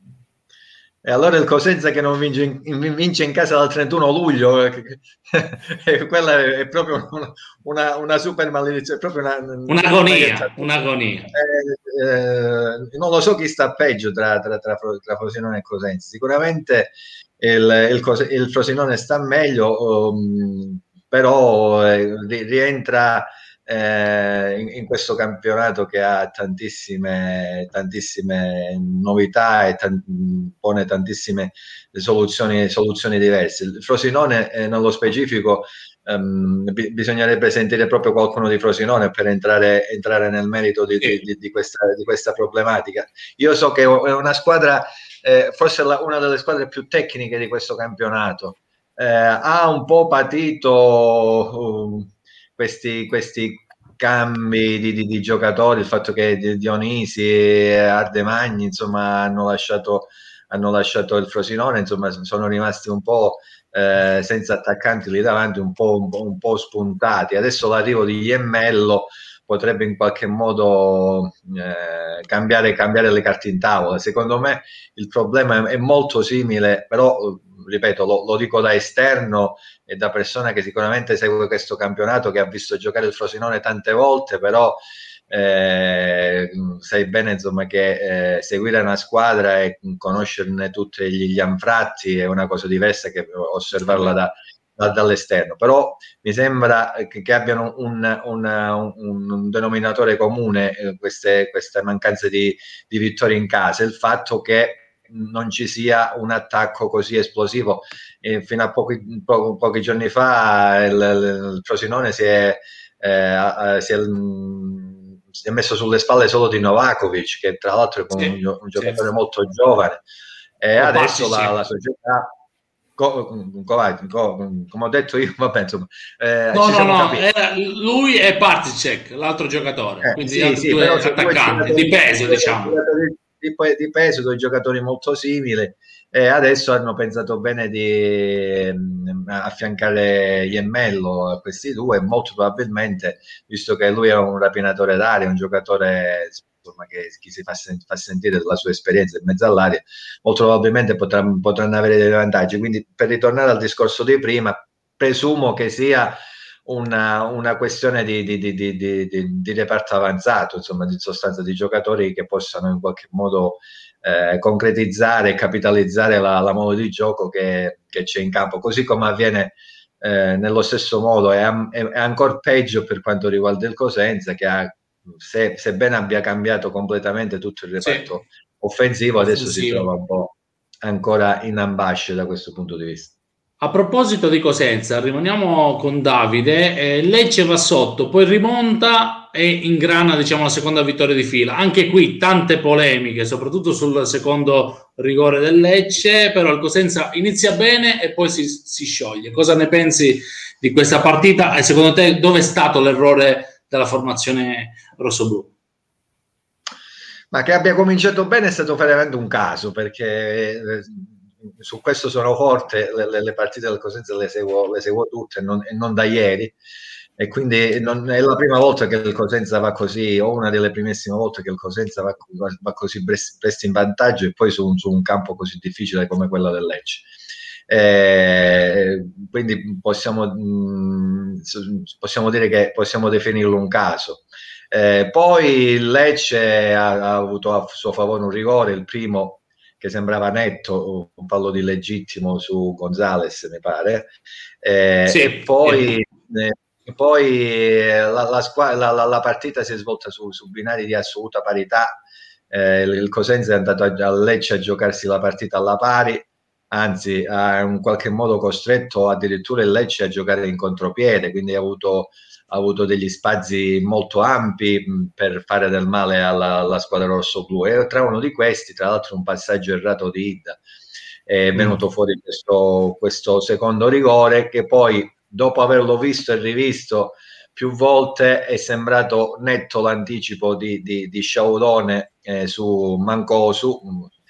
E allora il Cosenza che non vince in, vince in casa dal trentuno luglio, eh, quella è proprio una, una, una super maledizione, proprio una, un'agonia, un'agonia. Eh, eh, non lo so chi sta peggio tra, tra, tra, tra Frosinone e Cosenza. Sicuramente il, il, il Frosinone sta meglio, um, però eh, rientra Eh, in, in questo campionato che ha tantissime, tantissime novità e tan- pone tantissime soluzioni, soluzioni diverse. Il Frosinone, eh, nello specifico, ehm, bi- bisognerebbe sentire proprio qualcuno di Frosinone per entrare, entrare nel merito di, di, di, di, questa, di questa problematica. Io so che è una squadra, eh, forse la, una delle squadre più tecniche di questo campionato. Eh, ha un po' patito uh, Questi, questi cambi di, di, di giocatori, il fatto che Dionisi e Ardemagni insomma hanno lasciato, hanno lasciato il Frosinone, insomma sono rimasti un po' eh, senza attaccanti lì davanti, un po', un po', un po' spuntati. Adesso l'arrivo di Iemmello potrebbe in qualche modo eh, cambiare, cambiare le carte in tavola. Secondo me il problema è, è molto simile, però ripeto, lo, lo dico da esterno e da persona che sicuramente segue questo campionato, che ha visto giocare il Frosinone tante volte, però eh, sai bene insomma che eh, seguire una squadra e conoscerne tutti gli, gli anfratti è una cosa diversa che osservarla da, da, dall'esterno. Però mi sembra che, che abbiano un, un, un, un denominatore comune eh, queste, queste mancanze di, di vittorie in casa, il fatto che non ci sia un attacco così esplosivo. E fino a pochi, po- pochi giorni fa il, il Frosinone si è, eh, si, è, si è messo sulle spalle solo di Novakovic, che tra l'altro è un, sì, un giocatore sì. molto giovane, e o adesso la, la società co- co- co- come ho detto io, vabbè, insomma, eh, no, ci no, no, era, lui è Particek, l'altro giocatore, eh, quindi sì, altri sì, due però attaccanti di peso, diciamo. di, di peso, due giocatori molto simili, e adesso hanno pensato bene di mh, affiancare Iemmello a questi due, molto probabilmente, visto che lui è un rapinatore d'aria, un giocatore insomma, che, che si fa, sen- fa sentire la sua esperienza in mezzo all'aria, molto probabilmente potrà, potranno avere dei vantaggi. Quindi, per ritornare al discorso di prima, presumo che sia una, una questione di, di, di, di, di, di reparto avanzato, insomma, di sostanza di giocatori che possano in qualche modo eh, concretizzare e capitalizzare la, la modo di gioco che, che c'è in campo, così come avviene eh, nello stesso modo, è, è, è ancora peggio per quanto riguarda il Cosenza, che ha, se, sebbene abbia cambiato completamente tutto il reparto sì. offensivo, adesso offensivo. Si trova un po' ancora in ambasce da questo punto di vista. A proposito di Cosenza, rimaniamo con Davide. Eh, Lecce va sotto, poi rimonta e ingrana, diciamo, la seconda vittoria di fila. Anche qui tante polemiche, soprattutto sul secondo rigore del Lecce, però il Cosenza inizia bene e poi si, si scioglie. Cosa ne pensi di questa partita? E secondo te dove è stato l'errore della formazione rossoblù? Ma che abbia cominciato bene è stato veramente un caso, perché eh, su questo sono forte, le, le partite del Cosenza le seguo, le seguo tutte, non, e non da ieri, e quindi non è la prima volta che il Cosenza va così, o una delle primissime volte che il Cosenza va, va così presto in vantaggio, e poi su, su un campo così difficile come quello del Lecce. Eh, quindi possiamo, mh, possiamo dire che possiamo definirlo un caso. Eh, poi il Lecce ha, ha avuto a suo favore un rigore, il primo che sembrava netto, un fallo di legittimo su Gonzales, mi pare, eh, sì, e poi, eh, poi la, la, la, la, la partita si è svolta su, su binari di assoluta parità. Eh, il Cosenza è andato a, a Lecce a giocarsi la partita alla pari, anzi ha in qualche modo costretto addirittura il Lecce a giocare in contropiede, quindi ha avuto ha avuto degli spazi molto ampi mh, per fare del male alla, alla squadra rossoblù, e tra uno di questi, tra l'altro, un passaggio errato di Idda, è venuto mm. fuori questo, questo secondo rigore, che poi, dopo averlo visto e rivisto più volte, è sembrato netto l'anticipo di, di, di Sciaudone eh, su Mancosu.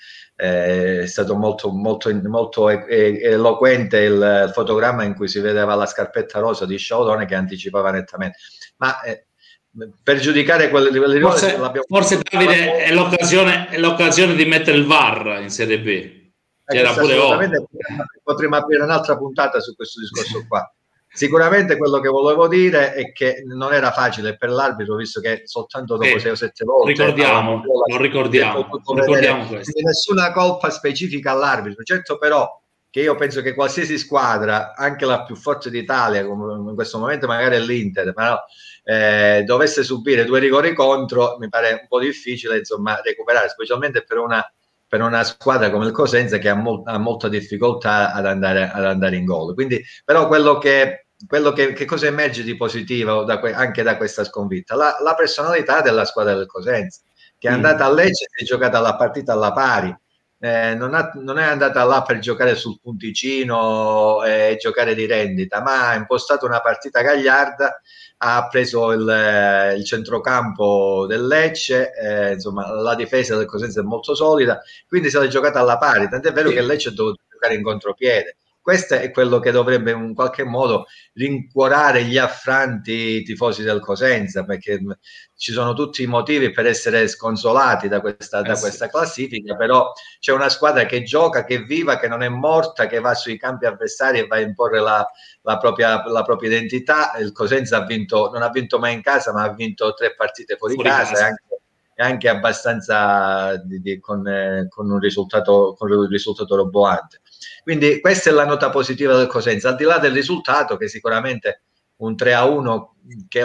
Eh, è stato molto, molto, molto eloquente il fotogramma in cui si vedeva la scarpetta rosa di Sciaudone che anticipava nettamente. Ma eh, per giudicare quelle livelli, forse, forse Davide è l'occasione, è l'occasione di mettere il V A R in Serie B. C'era pure potremmo, potremmo aprire un'altra puntata su questo discorso qua. Sicuramente quello che volevo dire è che non era facile per l'arbitro, visto che soltanto dopo eh, sei o sette volte ricordiamo, lo ricordiamo, ricordiamo questo. Nessuna colpa specifica all'arbitro. Certo, però, che io penso che qualsiasi squadra, anche la più forte d'Italia, come in questo momento magari è l'Inter, ma no, eh, dovesse subire due rigori contro, mi pare un po' difficile, insomma, recuperare, specialmente per una per una squadra come il Cosenza, che ha, mol- ha molta difficoltà ad andare, ad andare in gol. Quindi, però, quello che, quello che, che cosa emerge di positivo da que- anche da questa sconfitta? La, la personalità della squadra del Cosenza, che è andata a Lecce e si è giocata la partita alla pari. Eh, non, ha, non è andata là per giocare sul punticino e giocare di rendita, ma ha impostato una partita gagliarda, ha preso il, il centrocampo del Lecce, eh, insomma la difesa del Cosenza è molto solida, quindi se l'è giocata alla pari, tant'è vero sì. che il Lecce ha dovuto giocare in contropiede. Questo è quello che dovrebbe in qualche modo rincuorare gli affranti tifosi del Cosenza, perché ci sono tutti i motivi per essere sconsolati da questa, da questa classifica, però c'è una squadra che gioca, che è viva, che non è morta, che va sui campi avversari e va a imporre la, la, propria, la propria identità. Il Cosenza ha vinto, non ha vinto mai in casa, ma ha vinto tre partite fuori, fuori casa, casa. E anche e anche abbastanza di, di, con, eh, con un risultato con un risultato roboante. Quindi questa è la nota positiva del Cosenza, al di là del risultato, che sicuramente un tre a uno che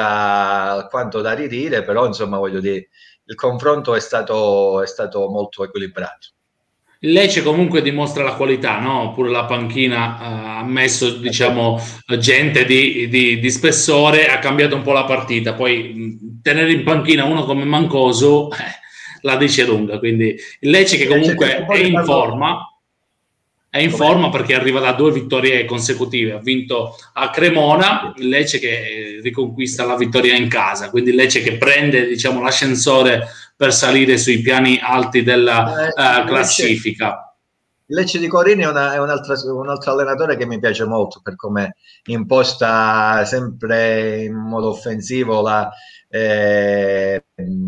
lascia quanto da ridire, però insomma voglio dire, il confronto è stato, è stato molto equilibrato. Il Lecce comunque dimostra la qualità, no? Pure la panchina ha uh, messo, diciamo, gente di, di, di spessore, ha cambiato un po' la partita. Poi mh, tenere in panchina uno come Mancosu eh, la dice lunga. Quindi il Lecce, che comunque è in forma, è in forma perché arriva da due vittorie consecutive. Ha vinto a Cremona, il Lecce che riconquista la vittoria in casa. Quindi il Lecce che prende, diciamo, l'ascensore per salire sui piani alti della eh, classifica. Il Lecce di Corini è, una, è un, altro, un altro allenatore che mi piace molto per come imposta sempre in modo offensivo la, eh,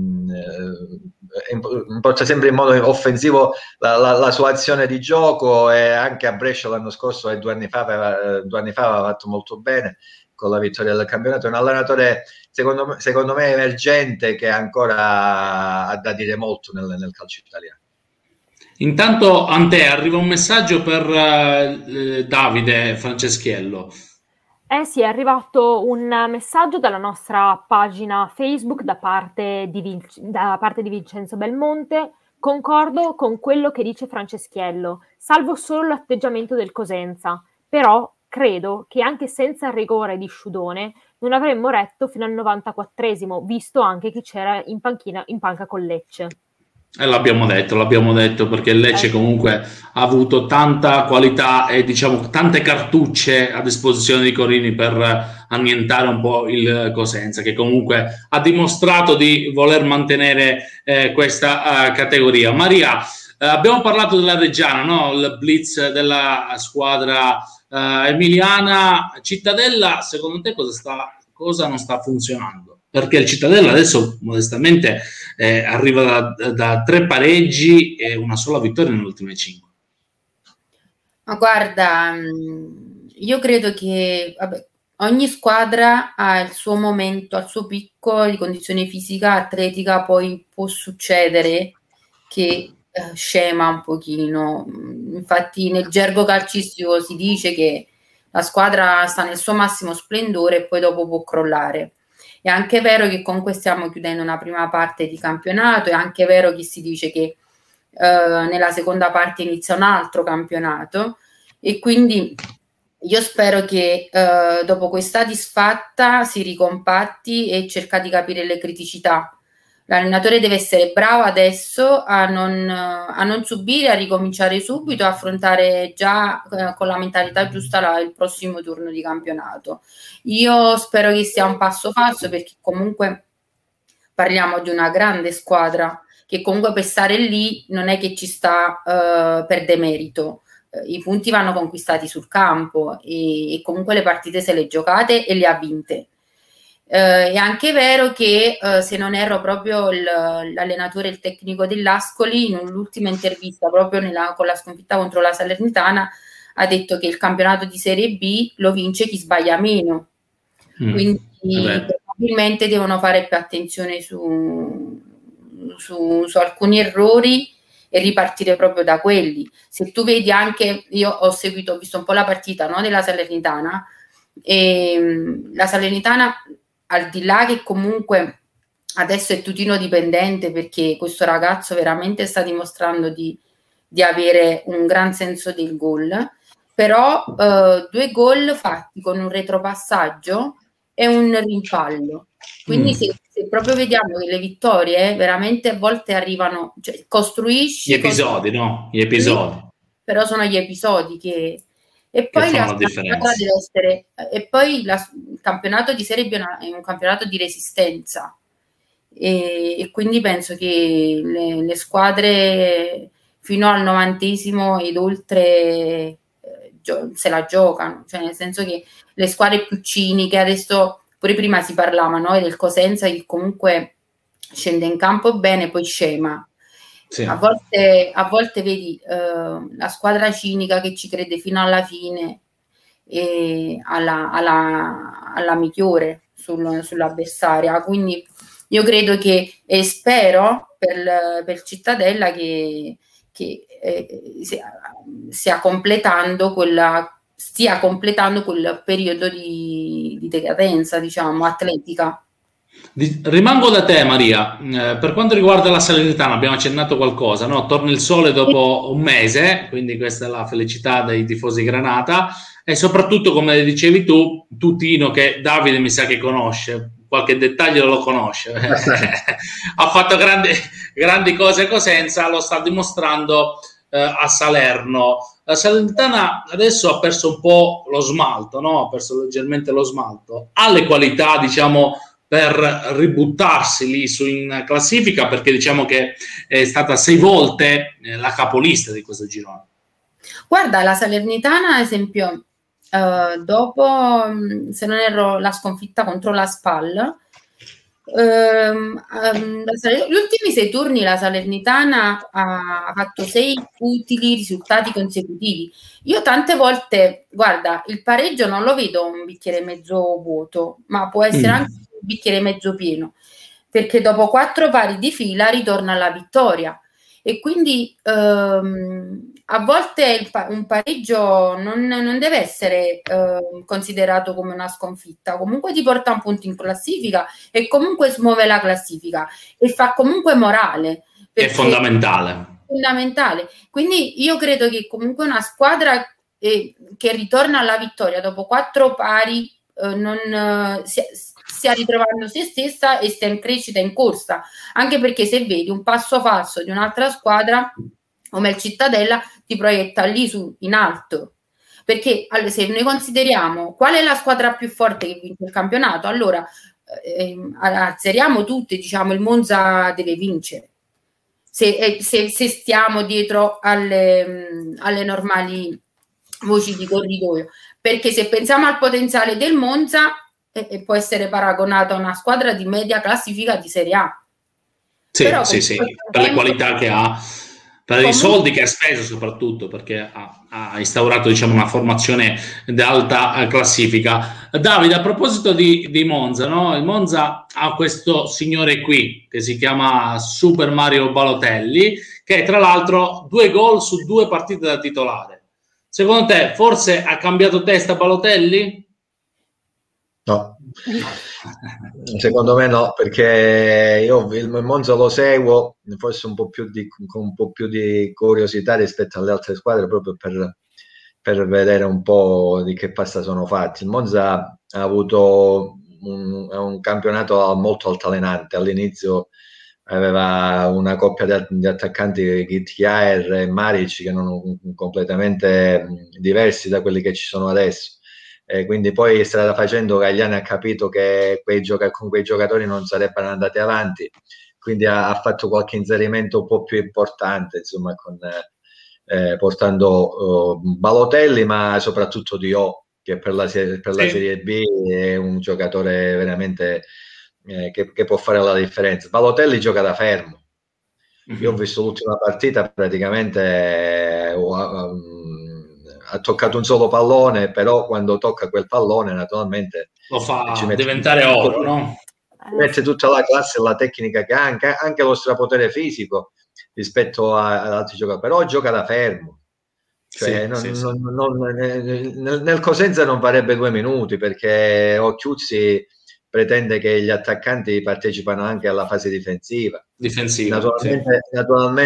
imposta sempre in modo offensivo la, la, la sua azione di gioco, e anche a Brescia l'anno scorso e due anni fa aveva, due anni fa aveva fatto molto bene con la vittoria del campionato. È un allenatore secondo me, secondo me emergente, che ancora ha da dire molto nel, nel calcio italiano. Intanto a te arriva un messaggio per eh, Davide Franceschiello. Eh sì, è arrivato un messaggio dalla nostra pagina Facebook da parte di, Vin- da parte di Vincenzo Belmonte. Concordo con quello che dice Franceschiello, salvo solo l'atteggiamento del Cosenza, però credo che anche senza il rigore di Sciudone non avremmo retto fino al novantaquattresimo, visto anche chi c'era in panchina in panca con Lecce. E l'abbiamo detto, l'abbiamo detto perché il Lecce comunque ha avuto tanta qualità e diciamo tante cartucce a disposizione di Corini per annientare un po' il Cosenza, che comunque ha dimostrato di voler mantenere eh, questa uh, categoria. Maria, eh, abbiamo parlato della Reggiana, no? Il blitz della squadra uh, emiliana. Cittadella, secondo te cosa, sta, cosa non sta funzionando? Perché il Cittadella adesso modestamente eh, arriva da, da tre pareggi e una sola vittoria nelle ultime cinque. Ma guarda, io credo che vabbè, ogni squadra ha il suo momento, al suo picco di condizione fisica, atletica, poi può succedere che eh, scema un pochino. Infatti nel gergo calcistico si dice che la squadra sta nel suo massimo splendore e poi dopo può crollare. È anche vero che comunque stiamo chiudendo una prima parte di campionato, è anche vero che si dice che eh, nella seconda parte inizia un altro campionato, e quindi io spero che eh, dopo questa disfatta si ricompatti e cerca di capire le criticità. L'allenatore deve essere bravo adesso a non, a non subire, a ricominciare subito, a affrontare già eh, con la mentalità giusta la, il prossimo turno di campionato. Io spero che sia un passo falso, perché comunque parliamo di una grande squadra che comunque per stare lì non è che ci sta eh, per demerito. I punti vanno conquistati sul campo e, e comunque le partite se le giocate e le ha vinte. Eh, è anche vero che eh, se non erro proprio il, l'allenatore, il tecnico dell'Ascoli in l'ultima intervista proprio nella, con la sconfitta contro la Salernitana ha detto che il campionato di Serie B lo vince chi sbaglia meno, mm, quindi probabilmente devono fare più attenzione su, su, su alcuni errori e ripartire proprio da quelli. Se tu vedi anche, io ho seguito, ho visto un po' la partita, no, della Salernitana, e la Salernitana, al di là che comunque adesso è tutino dipendente, perché questo ragazzo veramente sta dimostrando di, di avere un gran senso del gol, però eh, due gol fatti con un retropassaggio e un rimpallo, quindi mm. se, se proprio vediamo che le vittorie veramente a volte arrivano, cioè costruisci gli episodi, costruisci, no? Gli episodi, però sono gli episodi che e poi la, la differenza deve essere, e poi la, il campionato di Serie B è un campionato di resistenza, e, e quindi penso che le, le squadre fino al novantesimo ed oltre eh, gio- se la giocano, cioè nel senso che le squadre più ciniche, adesso pure prima si parlava, no, del Cosenza che comunque scende in campo bene poi scema. Sì. A volte, a volte vedi eh, la squadra cinica che ci crede fino alla fine e alla, alla, alla migliore sul, sull'avversaria. Quindi io credo che e spero per, per Cittadella che, che eh, sia, sia completando quella, stia completando quel periodo di, di decadenza, diciamo, atletica. Rimango da te, Maria. Eh, per quanto riguarda la Salernitana, abbiamo accennato qualcosa, no? Torna il sole dopo un mese, quindi questa è la felicità dei tifosi Granata, e soprattutto, come dicevi tu, Tutino, che Davide mi sa che conosce, qualche dettaglio lo conosce, ha fatto grandi, grandi cose a Cosenza, lo sta dimostrando eh, a Salerno. La Salernitana adesso ha perso un po' lo smalto, no? Ha perso leggermente lo smalto, ha le qualità, diciamo, per ributtarsi lì su in classifica, perché diciamo che è stata sei volte la capolista di questo girone. Guarda, la Salernitana, ad esempio, eh, dopo, se non erro, la sconfitta contro la Spal, ehm, ehm, gli ultimi sei turni la Salernitana ha fatto sei utili risultati consecutivi. Io tante volte, guarda, il pareggio non lo vedo un bicchiere mezzo vuoto, ma può essere mm. anche un bicchiere mezzo pieno, perché dopo quattro pari di fila ritorna alla vittoria. E quindi ehm, a volte il pa- un pareggio non, non deve essere eh, considerato come una sconfitta, comunque ti porta un punto in classifica e comunque smuove la classifica e fa comunque morale. È fondamentale. fondamentale. Quindi io credo che comunque una squadra eh, che ritorna alla vittoria dopo quattro pari eh, non eh, stia, stia ritrovando se stessa e stia in crescita, in corsa, anche perché se vedi un passo falso di un'altra squadra come il Cittadella ti proietta lì su, in alto, perché allora, se noi consideriamo qual è la squadra più forte che vince il campionato, allora eh, azzeriamo tutti, diciamo il Monza deve vincere se, se, se stiamo dietro alle, alle normali voci di corridoio, perché se pensiamo al potenziale del Monza eh, può essere paragonato a una squadra di media classifica di Serie A. Sì, Però, sì, sì, per le qualità che ha, per i soldi che ha speso soprattutto, perché ha, ha instaurato, diciamo, una formazione di alta classifica. Davide, a proposito di, di Monza, no? Il Monza ha questo signore qui che si chiama Super Mario Balotelli, che tra l'altro due gol su due partite da titolare. Secondo te forse ha cambiato testa Balotelli? No, secondo me no, perché io il Monza lo seguo forse un po' più di, con un po' più di curiosità rispetto alle altre squadre, proprio per, per vedere un po' di che pasta sono fatti. Il Monza ha avuto un, un campionato molto altalenante. All'inizio aveva una coppia di, di attaccanti, Gittiaer e Maric, che erano completamente diversi da quelli che ci sono adesso. Eh, quindi poi strada facendo Gagliani ha capito che quei gioca- con quei giocatori non sarebbero andati avanti, quindi ha, ha fatto qualche inserimento un po' più importante, insomma, con, eh, portando uh, Balotelli, ma soprattutto Dio, che per la, per la sì. Serie B è un giocatore veramente eh, che, che può fare la differenza. Balotelli gioca da fermo. Mm-hmm. Io ho visto l'ultima partita, praticamente eh, um, ha toccato un solo pallone, però quando tocca quel pallone naturalmente lo fa diventare oro, tutto, no? Mette tutta la classe e la tecnica che ha, anche, anche lo strapotere fisico rispetto a, ad altri giocatori, però gioca da fermo. Cioè, sì, non, sì, non, sì. Non, nel, nel Cosenza non farebbe due minuti, perché Occhiuzzi pretende che gli attaccanti partecipano anche alla fase difensiva. Difensiva, naturalmente, sì.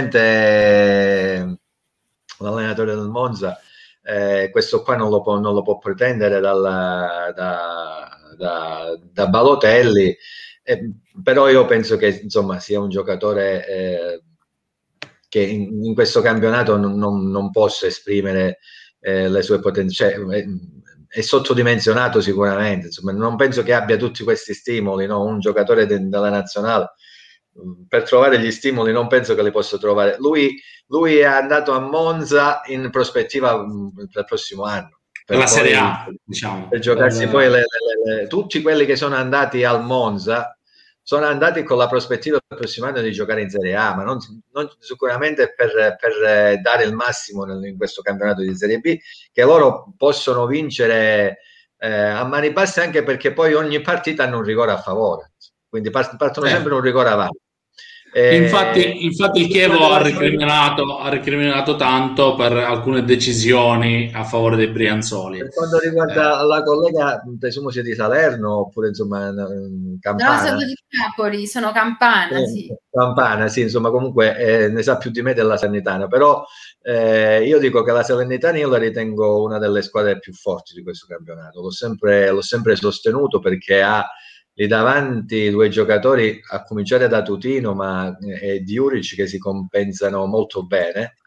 naturalmente l'allenatore del Monza Eh, questo qua non lo può, non lo può pretendere dalla, da, da, da Balotelli, eh, però io penso che insomma sia un giocatore eh, che in, in questo campionato non, non, non possa esprimere eh, le sue potenzialità, cioè, è, è sottodimensionato sicuramente, insomma, non penso che abbia tutti questi stimoli, no? Un giocatore de, della nazionale per trovare gli stimoli non penso che li possa trovare. Lui, lui è andato a Monza in prospettiva per il prossimo anno. Per, per la poi, Serie A, diciamo. Per giocarsi per... poi le, le, le, tutti quelli che sono andati al Monza sono andati con la prospettiva del prossimo anno di giocare in Serie A, ma non, non sicuramente per, per dare il massimo nel, in questo campionato di Serie B, che loro possono vincere eh, a mani basse, anche perché poi ogni partita hanno un rigore a favore, quindi partono eh. sempre un rigore avanti. Eh, infatti, infatti il Chievo ha recriminato, ha recriminato tanto per alcune decisioni a favore dei Brianzoli. Per quanto riguarda eh. la collega, presumo sia di Salerno oppure insomma Campana. No, sono di Napoli, sono Campana, eh, sì. Campana, sì, insomma comunque eh, ne sa più di me della Salernitana, però eh, io dico che la Salernitana io la ritengo una delle squadre più forti di questo campionato. L'ho sempre, l'ho sempre sostenuto, perché ha lì davanti due giocatori, a cominciare da Tutino ma e Diuric, che si compensano molto bene,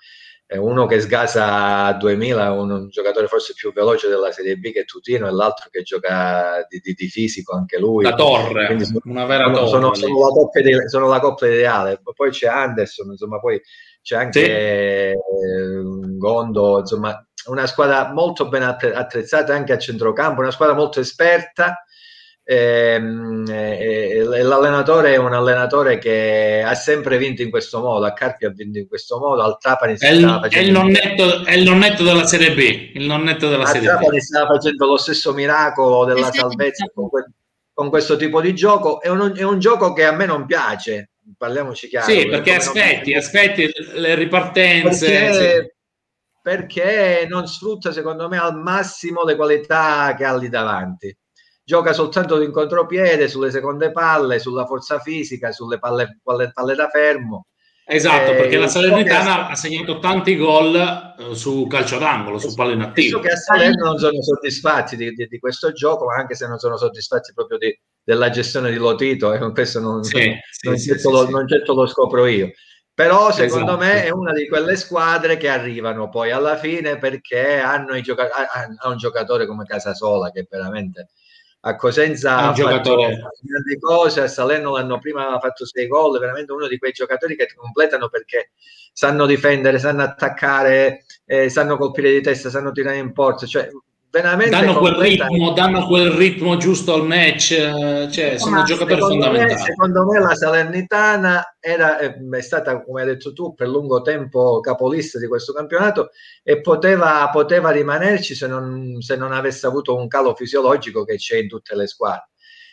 uno che sgasa a duemila, un, un giocatore forse più veloce della Serie B che è Tutino, e l'altro che gioca di, di, di fisico anche lui. La torre, quindi sono, una vera sono, torre. Sono, sono, la coppia di, sono la coppia ideale. Poi c'è Anderson, insomma, poi c'è anche sì. Gondo, insomma, una squadra molto ben attrezzata anche a centrocampo, una squadra molto esperta. E, e, e l'allenatore è un allenatore che ha sempre vinto in questo modo. A Carpi ha vinto in questo modo, al Trapani è il, è il nonnetto è il nonnetto della Serie B, il nonnetto della a Serie Trapani B stava facendo lo stesso miracolo della salvezza con, que, con questo tipo di gioco. È un, è un gioco che a me non piace, parliamoci chiaro. Sì, perché aspetti, aspetti le ripartenze perché, sì. perché non sfrutta secondo me al massimo le qualità che ha lì davanti. Gioca soltanto in contropiede, sulle seconde palle, sulla forza fisica, sulle palle, palle, palle da fermo. Esatto, eh, perché la Salernitana ha segnato tanti gol eh, su calcio d'angolo, su palle inattive. So che a Salerno non sono soddisfatti di, di, di questo gioco, ma anche se non sono soddisfatti proprio di, della gestione di Lotito, e eh, questo non, sì, non, sì, non, sì, certo sì, lo, sì. non certo lo scopro io. Però secondo esatto. me è una di quelle squadre che arrivano poi alla fine perché hanno, i gioca- ha un giocatore come Casasola che veramente a Cosenza ha fatto grandi cose, a Salerno l'anno prima ha fatto sei gol, veramente uno di quei giocatori che ti completano perché sanno difendere, sanno attaccare, eh, sanno colpire di testa, sanno tirare in porta, cioè veramente danno quel completa... ritmo, danno quel ritmo giusto al match, cioè sono Ma giocatori secondo fondamentali. Me, secondo me la Salernitana era, è stata, come hai detto tu, per lungo tempo capolista di questo campionato e poteva, poteva rimanerci se non, se non avesse avuto un calo fisiologico che c'è in tutte le squadre.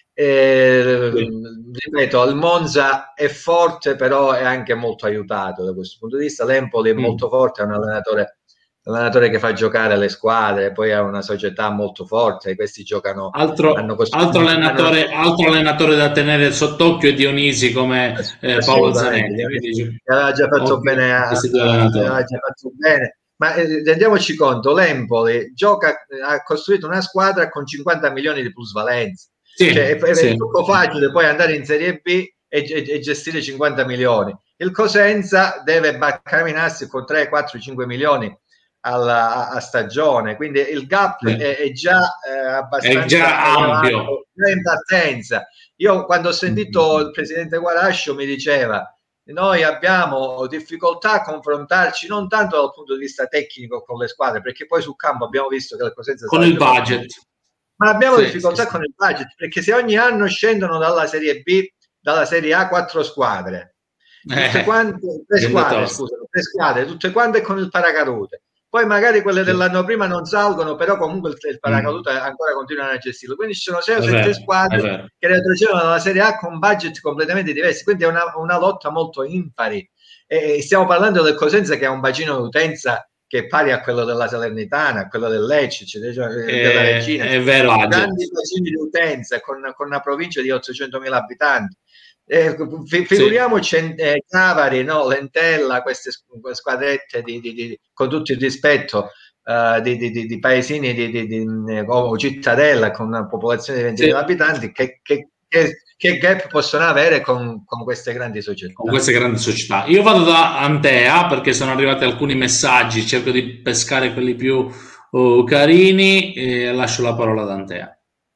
E, sì. Ripeto, il Monza è forte, però è anche molto aiutato da questo punto di vista. L'Empoli è mm. molto forte, è un allenatore allenatore che fa giocare le squadre, poi ha una società molto forte, questi giocano altro, hanno altro, allenatore, hanno... altro allenatore da tenere sott'occhio è Dionisi come eh, Paolo Zanetti, quindi aveva già fatto bene a, aveva già fatto bene ma eh, rendiamoci conto, l'Empoli gioca, ha costruito una squadra con cinquanta milioni di plusvalenza, sì, cioè, è, sì. è troppo facile poi andare in Serie B e, e, e gestire cinquanta milioni. Il Cosenza deve camminarsi con tre, quattro, cinque milioni Alla, a stagione, quindi il gap sì. è, è già eh, abbastanza è già ampio in partenza. Io quando ho sentito mm-hmm. il presidente Guarascio mi diceva noi abbiamo difficoltà a confrontarci non tanto dal punto di vista tecnico con le squadre, perché poi sul campo abbiamo visto che le Cosenza con il budget, ma abbiamo sì, difficoltà sì, con sì. il budget, perché se ogni anno scendono dalla Serie B, dalla Serie A quattro squadre, tutte eh, quante, tre squadre, scusate, tre squadre, tutte quante con il paracadute. Poi magari quelle dell'anno prima non salgono, però comunque il, il paracadute mm. ancora continuano a gestirlo. Quindi ci sono sei o sette squadre che retrocedono dalla Serie A con budget completamente diversi. Quindi è una, una lotta molto impari. E stiamo parlando del Cosenza che ha un bacino d'utenza che è pari a quello della Salernitana, a quello del Lecce, cioè, è, della Regina. È vero. Grandi bacini di utenza con, con una provincia di ottocentomila abitanti. Eh, figuriamoci sì. eh, Cavari, no? Lentella, queste squadrette di, di, di, con tutto il rispetto uh, di, di, di paesini di, di, di, o Cittadella con una popolazione di ventimila sì. abitanti che, che, che, che gap possono avere con, con queste grandi società con queste grandi società. Io vado da Antea perché sono arrivati alcuni messaggi, cerco di pescare quelli più uh, carini e lascio la parola ad Antea.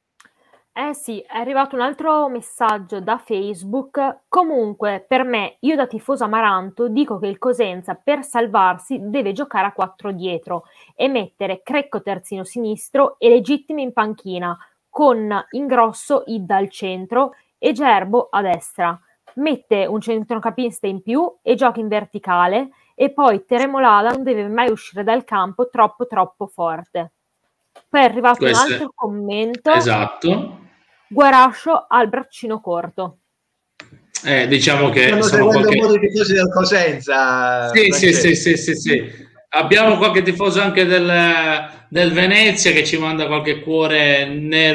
Eh sì, è arrivato un altro messaggio da Facebook. Comunque, per me, io da tifoso amaranto, dico che il Cosenza per salvarsi deve giocare a quattro dietro e mettere Crecco terzino sinistro e Legittimi in panchina, con Ingrosso Idda al centro e Gerbo a destra. Mette un centrocampista in più e gioca in verticale e poi Teremolada non deve mai uscire dal campo troppo troppo forte. Poi è arrivato Questo un altro è... commento. Esatto. Guarascio al braccino corto. Eh, diciamo che sono sono qualche... un po' di tifosi del Cosenza. Sì, sì, sì, sì, sì, sì. Abbiamo qualche tifoso anche del, del Venezia che ci manda qualche cuore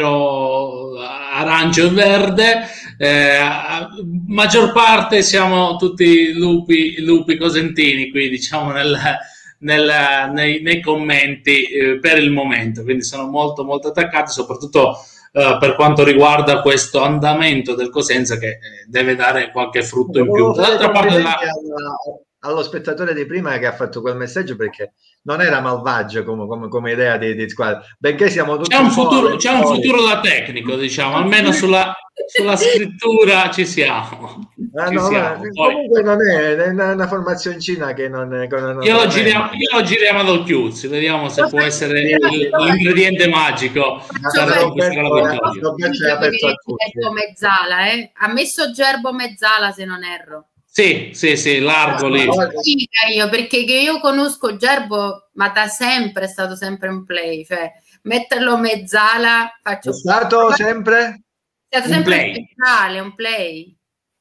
nero, arancio e verde. Eh, maggior parte siamo tutti lupi, lupi cosentini qui, diciamo, nel, nel, nei, nei commenti eh, per il momento. Quindi sono molto, molto attaccati, soprattutto uh, per quanto riguarda questo andamento del Cosenza, che eh, deve dare qualche frutto in più. Dall'altra parte della... allo spettatore di prima che ha fatto quel messaggio, perché non era malvagio come, come, come idea di, di squadra, benché siamo tutti c'è un, futuro, c'è un futuro da tecnico, diciamo, almeno sulla, sulla scrittura ci siamo, ah, ci no, siamo. Ma, Poi, comunque non è, è una, una formazione che non, che non io, lo non giriamo, io lo giriamo ad occhiuzzi, vediamo se può essere sì, il, l'ingrediente magico per conquistare la vittoria. Gerbo Mezzala, eh? Ha messo Gerbo Mezzala, se non erro. Sì, sì, sì, largo lì. Io, perché che io conosco Gerbo, ma da sempre è stato sempre un play, cioè metterlo Mezzala, faccio... È stato sempre? È stato un sempre play. speciale, un play.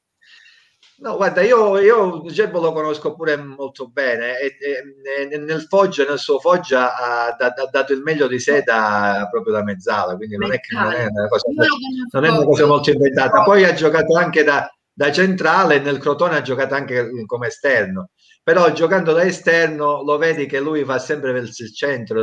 No, guarda, io, io Gerbo lo conosco pure molto bene e, e, e nel Foggia, nel suo Foggia ha, ha, ha dato il meglio di sé da, proprio da Mezzala, quindi non è che non è una cosa, non è una cosa molto inventata. Poi ha giocato anche da, da centrale e nel Crotone ha giocato anche come esterno, però giocando da esterno lo vedi che lui va sempre verso il centro.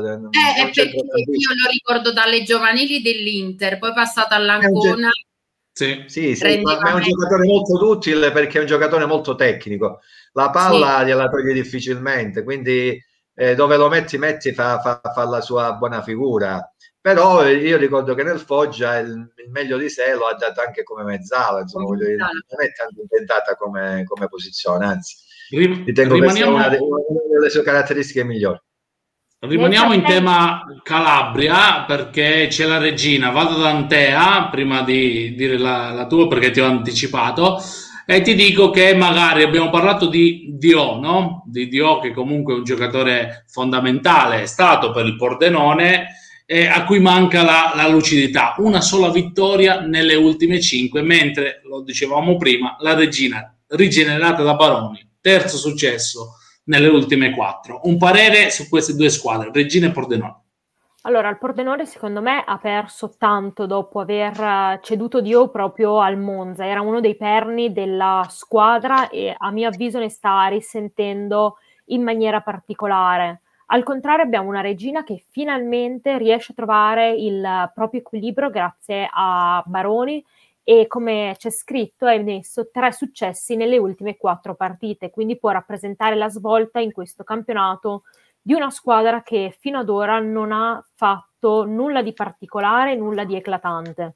Eh, è perché io lo ricordo dalle giovanili dell'Inter, poi passato all'Ancona. Sì, sì, sì, ma è un giocatore molto utile perché è un giocatore molto tecnico. La palla sì. gliela toglie difficilmente, quindi eh, dove lo metti, metti, fa, fa, fa la sua buona figura. Però io ricordo che nel Foggia il, il meglio di sé lo ha dato anche come mezzala, insomma, come voglio dire, non è tanto inventata come, come posizione, anzi, Rim- ritengo rimaniamo... che sia una, una delle sue caratteristiche migliori. Rimaniamo in tema Calabria perché c'è la regina. Vado da Antea prima di dire la, la tua, perché ti ho anticipato, e ti dico che magari abbiamo parlato di Dio, no? Di Dio, che comunque è un giocatore fondamentale, è stato per il Pordenone, eh, a cui manca la, la lucidità. Una sola vittoria nelle ultime cinque, mentre, lo dicevamo prima, la regina rigenerata da Baroni, terzo successo nelle ultime quattro. Un parere su queste due squadre, Regina e Pordenone? Allora, il Pordenone secondo me ha perso tanto dopo aver ceduto Dio proprio al Monza, era uno dei perni della squadra e a mio avviso ne sta risentendo in maniera particolare. Al contrario abbiamo una Regina che finalmente riesce a trovare il proprio equilibrio grazie a Baroni, e come c'è scritto ha messo tre successi nelle ultime quattro partite, quindi può rappresentare la svolta in questo campionato di una squadra che fino ad ora non ha fatto nulla di particolare, nulla di eclatante.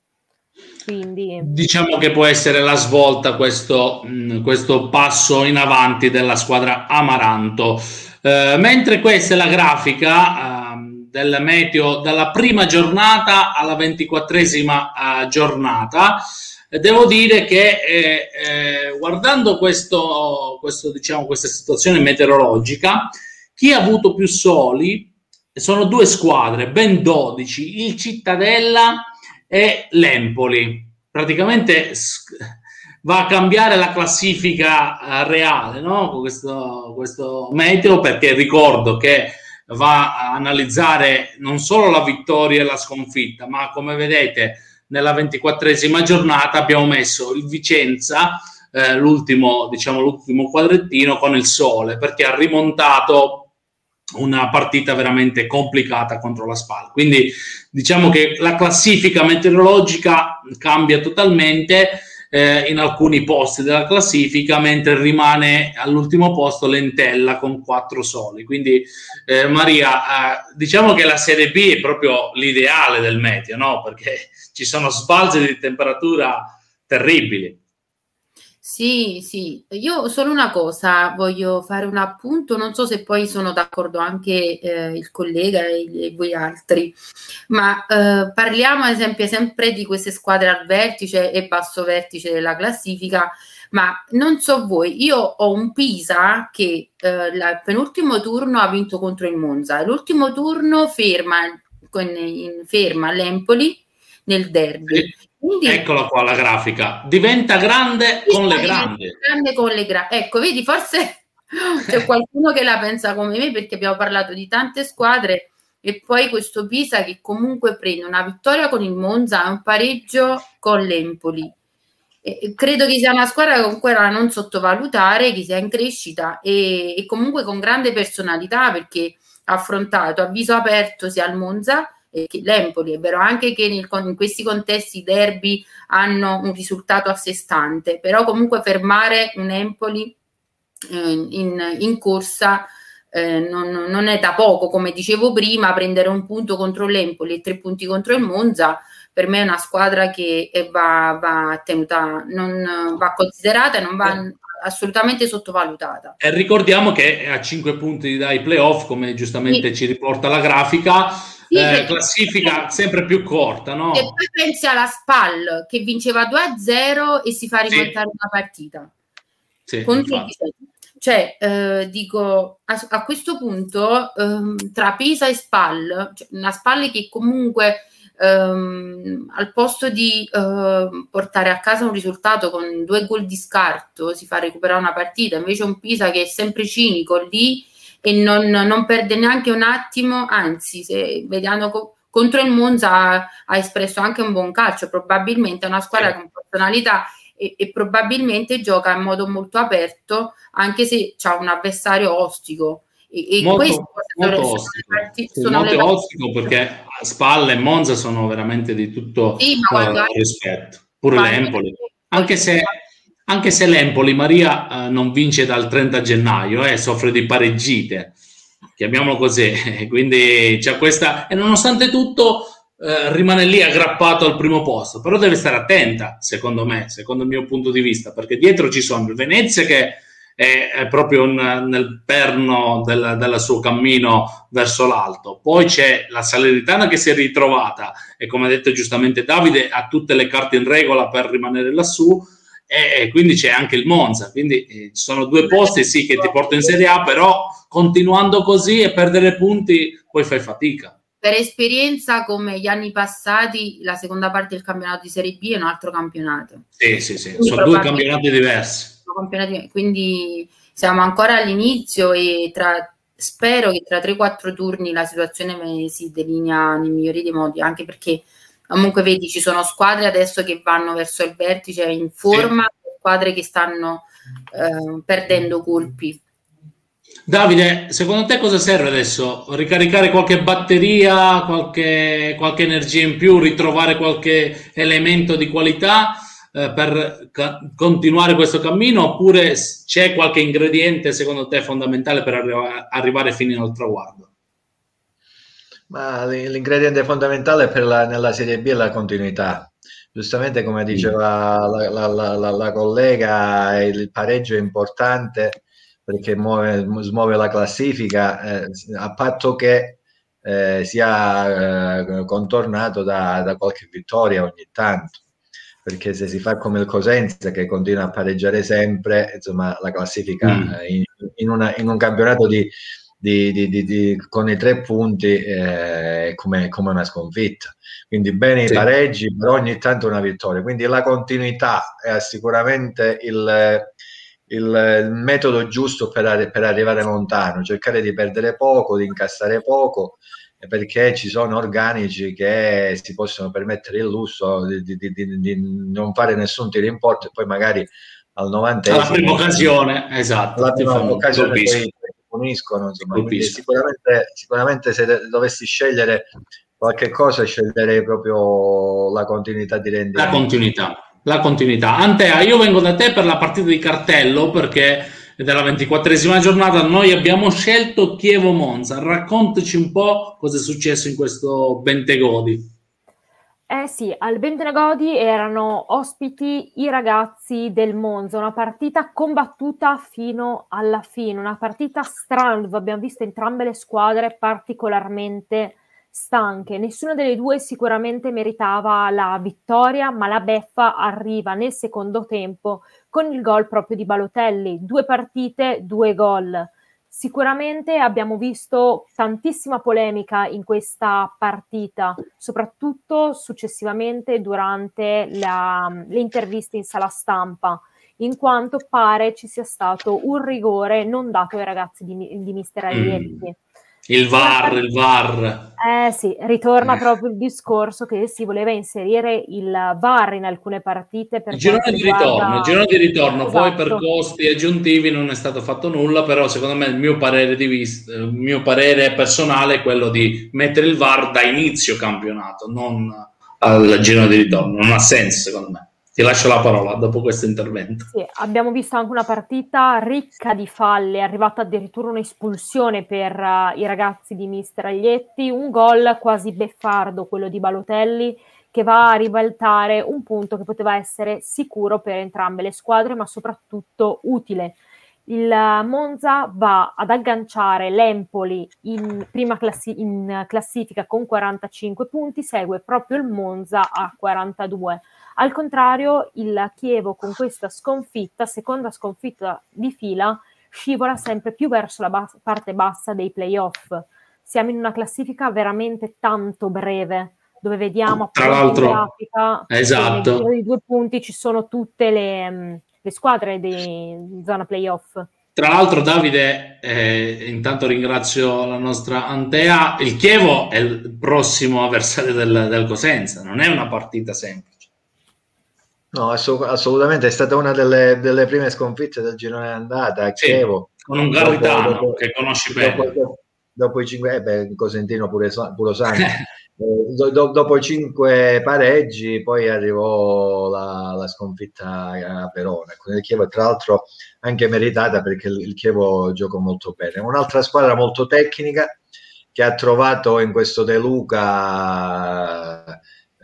Quindi diciamo che può essere la svolta questo, mh, questo passo in avanti della squadra Amaranto. Eh, mentre questa è la grafica eh, del meteo dalla prima giornata alla ventiquattresima eh, giornata. Devo dire che eh, eh, guardando questo, questo, diciamo, questa situazione meteorologica, chi ha avuto più soli sono due squadre, ben dodici, il Cittadella e l'Empoli. Praticamente va a cambiare la classifica reale, no? Con questo, questo meteo, perché ricordo che va a analizzare non solo la vittoria e la sconfitta, ma come vedete nella ventiquattresima giornata abbiamo messo il Vicenza, eh, l'ultimo, diciamo, l'ultimo quadrettino con il Sole, perché ha rimontato una partita veramente complicata contro la Spal. Quindi diciamo che la classifica meteorologica cambia totalmente eh, in alcuni posti della classifica, mentre rimane all'ultimo posto l'Entella con quattro soli. Quindi eh, Maria, eh, diciamo che la Serie B è proprio l'ideale del meteo, no? Perché ci sono sbalzi di temperatura terribili. Sì, sì, io solo una cosa, voglio fare un appunto, non so se poi sono d'accordo anche eh, il collega e, e voi altri, ma eh, parliamo ad esempio sempre di queste squadre al vertice e basso vertice della classifica, ma non so voi, io ho un Pisa che eh, la, il penultimo turno ha vinto contro il Monza, l'ultimo turno ferma, con, in, ferma l'Empoli nel derby. Sì. Quindi, eccola qua la grafica, diventa grande con le grandi. Grande con le gra- ecco, vedi, forse c'è qualcuno che la pensa come me, perché abbiamo parlato di tante squadre e poi questo Pisa che comunque prende una vittoria con il Monza e un pareggio con l'Empoli. E credo che sia una squadra con cui non sottovalutare, che sia in crescita e, e comunque con grande personalità, perché ha affrontato a viso aperto sia il Monza eh, che l'Empoli. È vero anche che nel, in questi contesti i derby hanno un risultato a sé stante, però comunque fermare un Empoli eh, in, in corsa eh, non, non è da poco. Come dicevo prima, prendere un punto contro l'Empoli e tre punti contro il Monza per me è una squadra che va, va tenuta, non va considerata e non va assolutamente sottovalutata. E ricordiamo che a cinque punti dai playoff, come giustamente sì. ci riporta la grafica, sì, eh, classifica sempre più corta, no? E poi pensi alla Spal che vinceva due a zero e si fa rimontare sì. una partita. Sì, cioè, eh, dico, a, a questo punto ehm, tra Pisa e Spal, cioè una Spal che comunque Um, al posto di uh, portare a casa un risultato con due gol di scarto si fa recuperare una partita, invece un Pisa che è sempre cinico lì e non, non perde neanche un attimo, anzi se vediamo co- contro il Monza ha, ha espresso anche un buon calcio, probabilmente è una squadra sì. con personalità e, e probabilmente gioca in modo molto aperto anche se c'ha un avversario ostico. E, e molto, molto ostico, parti- sì, molto le... ostico perché Spalla e Monza sono veramente di tutto sì, uh, rispetto, pure l'Empoli, anche se, anche se l'Empoli Maria uh, non vince dal trenta gennaio, eh, soffre di pareggite, chiamiamolo così, quindi c'è questa, e nonostante tutto uh, rimane lì aggrappato al primo posto, però deve stare attenta secondo me, secondo il mio punto di vista, perché dietro ci sono il Venezia che È, è proprio un, nel perno del, del suo cammino verso l'alto. Poi c'è la Salernitana che si è ritrovata e, come ha detto giustamente Davide, ha tutte le carte in regola per rimanere lassù, e, e quindi c'è anche il Monza, quindi eh, ci sono due posti sì che ti portano in Serie A, però continuando così e perdere punti poi fai fatica. Per esperienza, come gli anni passati, la seconda parte del campionato di Serie B è un altro campionato. Sì, sì, sì, quindi sono due campionati diversi. Campionati, quindi siamo ancora all'inizio e tra, spero che tra tre quattro turni la situazione si delinea nei migliori dei modi, anche perché comunque vedi ci sono squadre adesso che vanno verso il vertice in forma, sì. squadre che stanno eh, perdendo colpi. Davide, secondo te cosa serve adesso? Ricaricare qualche batteria, qualche, qualche energia in più, ritrovare qualche elemento di qualità eh, per ca- continuare questo cammino, oppure c'è qualche ingrediente secondo te fondamentale per arri- arrivare fino al traguardo? Ma l'ingrediente fondamentale per la, nella Serie B è la continuità. Giustamente, come diceva la, la, la, la, la collega, il pareggio è importante perché muove, smuove la classifica, eh, a patto che eh, sia eh, contornato da, da qualche vittoria ogni tanto, perché se si fa come il Cosenza che continua a pareggiare sempre, insomma la classifica mm. eh, in, in, una, in un campionato di, di, di, di, di con i tre punti eh, è come, come una sconfitta, quindi bene sì. i pareggi, però ogni tanto una vittoria, quindi la continuità è sicuramente il Il, il metodo giusto per, per arrivare lontano, cercare di perdere poco, di incassare poco, perché ci sono organici che si possono permettere il lusso di, di, di, di non fare nessun tiro in porta e poi magari al novantesimo alla prima occasione, esatto, alla prima occasione poi ti puniscono, insomma, quindi sicuramente, sicuramente se dovessi scegliere qualche cosa sceglierei proprio la continuità di rendimento. La continuità. La continuità. Antea, io vengo da te per la partita di cartello perché della ventiquattresima giornata noi abbiamo scelto Chievo-Monza. Raccontaci un po' cosa è successo in questo Bentegodi. Eh sì, al Bentegodi erano ospiti i ragazzi del Monza, una partita combattuta fino alla fine, una partita strana dove abbiamo visto entrambe le squadre particolarmente stanche. Nessuna delle due sicuramente meritava la vittoria, ma la beffa arriva nel secondo tempo con il gol proprio di Balotelli. Due partite, due gol. Sicuramente abbiamo visto tantissima polemica in questa partita, soprattutto successivamente durante la, le interviste in sala stampa, in quanto pare ci sia stato un rigore non dato ai ragazzi di, di mister Aglietti. Mm. Il V A R, il V A R. Eh sì, ritorna proprio il discorso che si voleva inserire il V A R in alcune partite per il girone di riguarda... ritorno, il girone di ritorno esatto. Poi per costi aggiuntivi non è stato fatto nulla, però secondo me il mio parere di vista, il mio parere personale è quello di mettere il V A R da inizio campionato, non al girone di ritorno, non ha senso secondo me. Ti lascio la parola dopo questo intervento. Sì, abbiamo visto anche una partita ricca di falle, è arrivata addirittura un'espulsione per uh, i ragazzi di mister Aglietti, un gol quasi beffardo, quello di Balotelli, che va a ribaltare un punto che poteva essere sicuro per entrambe le squadre, ma soprattutto utile. Il uh, Monza va ad agganciare l'Empoli in prima classi- in classifica con quarantacinque punti, segue proprio il Monza a quarantadue. Al contrario, il Chievo con questa sconfitta, seconda sconfitta di fila, scivola sempre più verso la bas- parte bassa dei playoff. Siamo in una classifica veramente tanto breve, dove vediamo Tra appunto l'altro, in grafica esatto. che nel giro di due punti ci sono tutte le, le squadre di zona playoff. Tra l'altro, Davide, eh, intanto ringrazio la nostra Antea, il Chievo è il prossimo avversario del, del Cosenza, non è una partita semplice. No, assolut- assolutamente, è stata una delle, delle prime sconfitte del girone andata a Sì, Chievo. con un Garritano dopo, dopo, che conosci bene. Dopo, dopo i cinque, eh beh, Cosentino pure, pure sangue. eh, do, do, dopo i cinque pareggi, poi arrivò la, la sconfitta a Verona. Con il Chievo, tra l'altro, anche meritata perché il, il Chievo giocò molto bene. Un'altra squadra molto tecnica che ha trovato in questo De Luca.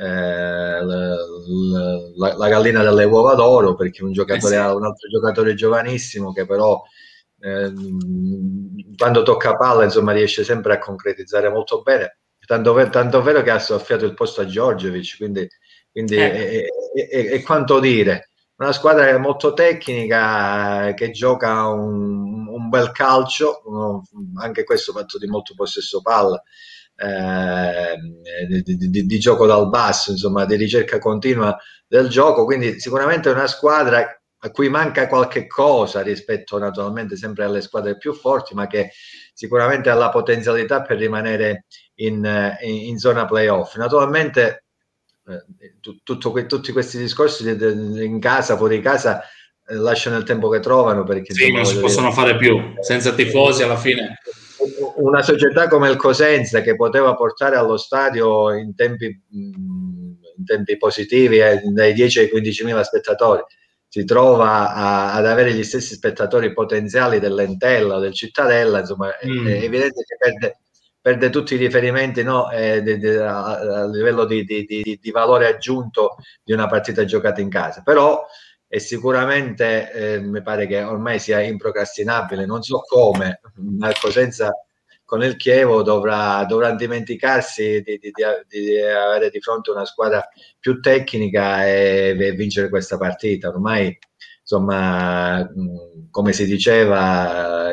Eh, la, la, la gallina delle uova d'oro, perché un giocatore eh sì. ha un altro giocatore giovanissimo che però eh, quando tocca palla insomma riesce sempre a concretizzare molto bene, tanto, tanto vero che ha soffiato il posto a Djordjevic, quindi, quindi eh. è, è, è, è quanto dire, una squadra che è molto tecnica, che gioca un, un bel calcio, anche questo fatto di molto possesso palla, Eh, di, di, di gioco dal basso, insomma, di ricerca continua del gioco, quindi sicuramente è una squadra a cui manca qualche cosa rispetto naturalmente sempre alle squadre più forti, ma che sicuramente ha la potenzialità per rimanere in, in, in zona playoff. Naturalmente eh, tutto, tutti questi discorsi di, di, in casa, fuori casa eh, lasciano il tempo che trovano, perché sì, insomma, non si possono dire, fare più senza tifosi alla fine. Una società come il Cosenza, che poteva portare allo stadio in tempi, in tempi positivi eh, dai dieci ai quindici mila spettatori, si trova a, ad avere gli stessi spettatori potenziali dell'Entella, del Cittadella, insomma mm. è, è evidente che perde, perde tutti i riferimenti, no, eh, de, de, a, a livello di, di, di, di valore aggiunto di una partita giocata in casa. Però e sicuramente eh, mi pare che ormai sia improcrastinabile, non so come, ma il Cosenza con il Chievo dovrà, dovrà dimenticarsi di, di, di, di avere di fronte una squadra più tecnica e, e vincere questa partita. Ormai, insomma, come si diceva,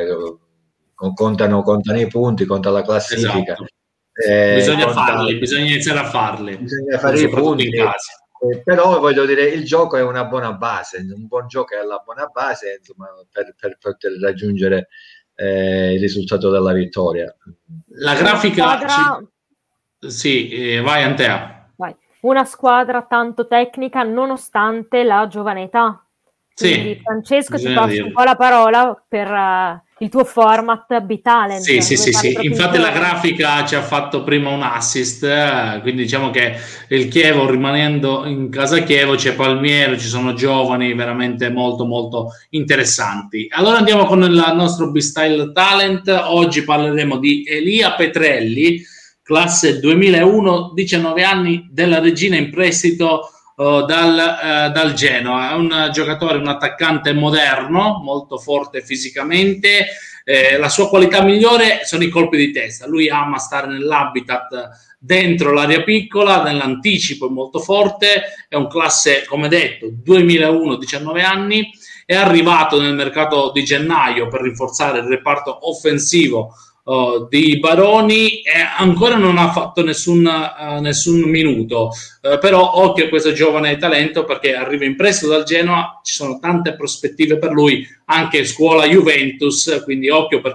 contano, contano i punti, conta la classifica. Esatto. Eh, bisogna conta, farli, bisogna iniziare a farli. Bisogna fare i punti. In casa. Eh, però voglio dire, il gioco è una buona base, un buon gioco è la buona base, insomma, per, per poter raggiungere eh, il risultato della vittoria. La grafica squadra... ci... sì, eh, vai Antea. Vai. Una squadra tanto tecnica nonostante la giovane età. Quindi, sì, Francesco, ti passo un po' la parola per uh, il tuo format B-Talent. Sì, sì, sì, sì. Infatti la grafica ci ha fatto prima un assist, eh, quindi diciamo che il Chievo, rimanendo in casa Chievo, c'è Palmiero, ci sono giovani veramente molto molto interessanti. Allora andiamo con il nostro B-Style Talent. Oggi parleremo di Elia Petrelli, classe duemilauno, diciannove anni, della Regina in prestito Uh, dal, uh, dal Genoa. È un giocatore, un attaccante moderno, molto forte fisicamente. Eh, la sua qualità migliore sono i colpi di testa. Lui ama stare nell'habitat dentro l'area piccola, nell'anticipo è molto forte. È un classe, come detto, duemilauno, diciannove anni. È arrivato nel mercato di gennaio per rinforzare il reparto offensivo Uh, di Baroni, e ancora non ha fatto nessun, uh, nessun minuto, uh, però occhio a questo giovane talento, perché arriva in prestito dal Genoa, ci sono tante prospettive per lui, anche scuola Juventus, quindi occhio, perché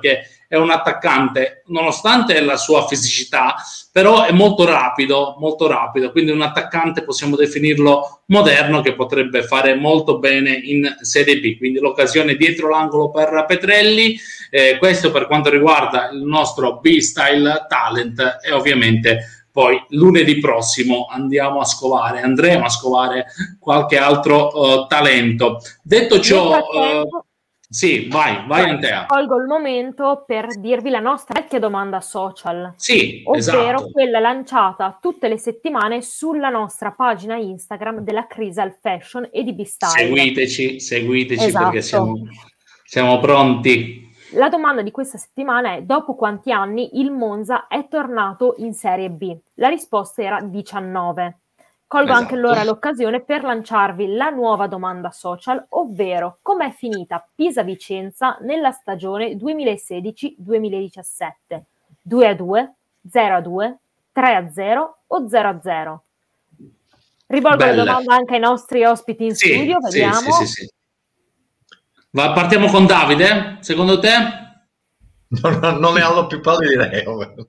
è un attaccante, nonostante la sua fisicità, però è molto rapido, molto rapido, quindi un attaccante possiamo definirlo moderno che potrebbe fare molto bene in Serie B, quindi l'occasione dietro l'angolo per Petrelli. Eh, questo per quanto riguarda il nostro B-Style Talent, e ovviamente poi lunedì prossimo andiamo a scovare, andremo a scovare qualche altro uh, talento. Detto ciò, uh, sì, vai, vai Antea. Colgo il momento per dirvi la nostra vecchia domanda social, sì, ovvero esatto. quella lanciata tutte le settimane sulla nostra pagina Instagram della Crisal Fashion e di B-Style. Seguiteci, seguiteci esatto. Perché siamo, siamo pronti. La domanda di questa settimana è: dopo quanti anni il Monza è tornato in Serie B? La risposta era diciannove. Colgo esatto. anche allora l'occasione per lanciarvi la nuova domanda social, ovvero com'è finita Pisa-Vicenza nella stagione duemilasedici duemiladiciassette? due a due, zero a due, tre a zero o zero a zero? Rivolgo Belle. la domanda anche ai nostri ospiti in sì, studio, vediamo. Sì, sì, sì, sì. Va, partiamo con Davide, secondo te? No, no, non ne ho più pallida idea.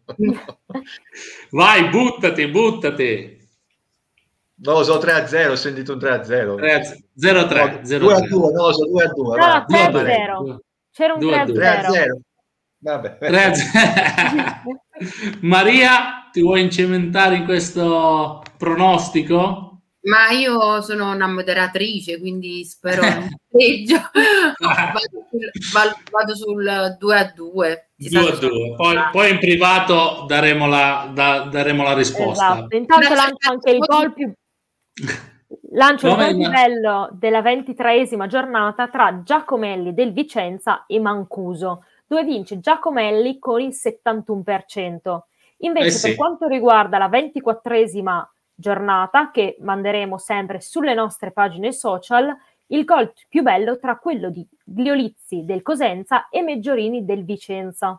Vai, buttati, buttati. Non lo so, tre a zero, ho sentito un tre a zero. zero a tre. No, due a due, non lo so, due a due. No, tre a zero. C'era un tre a zero. Vabbè. tre a zero. Maria, ti vuoi incimentare in questo pronostico? Ma io sono una moderatrice, quindi spero un peggio. vado, sul, vado sul due a due. due a due. Poi, poi in privato daremo la, da, daremo la risposta. Esatto. Intanto lancio anche il gol più lancio il gol più bello della ventitreesima giornata tra Giacomelli del Vicenza e Mancuso, dove vince Giacomelli con il settantuno per cento. Invece eh sì. per quanto riguarda la ventiquattresima giornata, che manderemo sempre sulle nostre pagine social, il gol più bello tra quello di Gliolizzi del Cosenza e Meggiorini del Vicenza.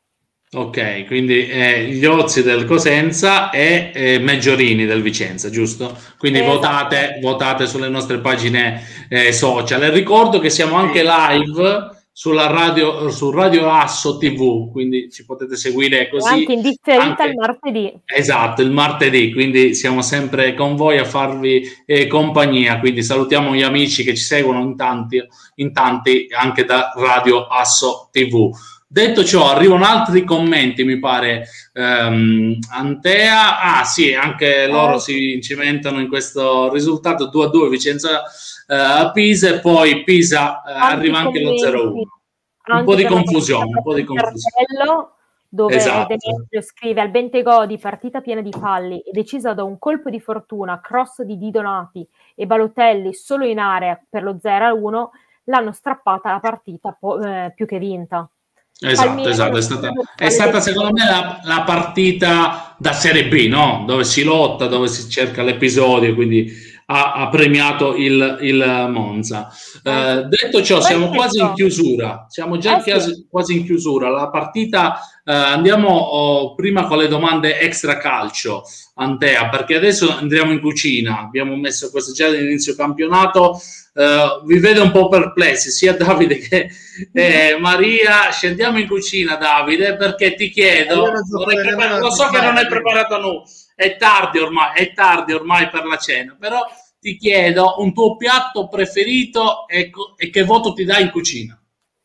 Ok, quindi eh, gli Ozzi del Cosenza e eh, Meggiorini del Vicenza, giusto? Quindi esatto. votate, votate sulle nostre pagine eh, social. E ricordo che siamo anche live sulla radio, su Radio Asso tivù, quindi ci potete seguire così. E anche in differita il martedì. Esatto, il martedì, quindi siamo sempre con voi a farvi eh, compagnia, quindi salutiamo gli amici che ci seguono in tanti, in tanti anche da Radio Asso tivù. Detto ciò, arrivano altri commenti, mi pare. Um, Antea, ah sì, anche loro si cimentano in questo risultato due a due Vicenza a uh, Pisa, e poi Pisa uh, arriva anche lo zero a uno. Un po' di confusione, un po' di confusione. Dove esatto. Demetrio scrive: al Bentegodi, partita piena di falli e decisa da un colpo di fortuna, cross di Di Donati e Balotelli solo in area per lo zero a uno, l'hanno strappata la partita po- eh, più che vinta. Esatto, Palmieri, esatto, è stata, è stata secondo me la, la partita da Serie B, no? Dove si lotta, dove si cerca l'episodio, quindi ha, ha premiato il, il Monza. Eh, detto ciò, siamo quasi in chiusura, siamo già eh quasi, sì. quasi in chiusura. La partita, eh, andiamo oh, prima con le domande extra calcio, Antea, perché adesso andiamo in cucina. Abbiamo messo questo già all'inizio campionato. Uh, vi vedo un po' perplessi sia Davide che eh, Maria. Scendiamo in cucina, Davide, perché ti chiedo, so preparato, lo so che non hai preparato nulla, è tardi ormai, è tardi ormai per la cena, però ti chiedo un tuo piatto preferito e, e che voto ti dai in cucina?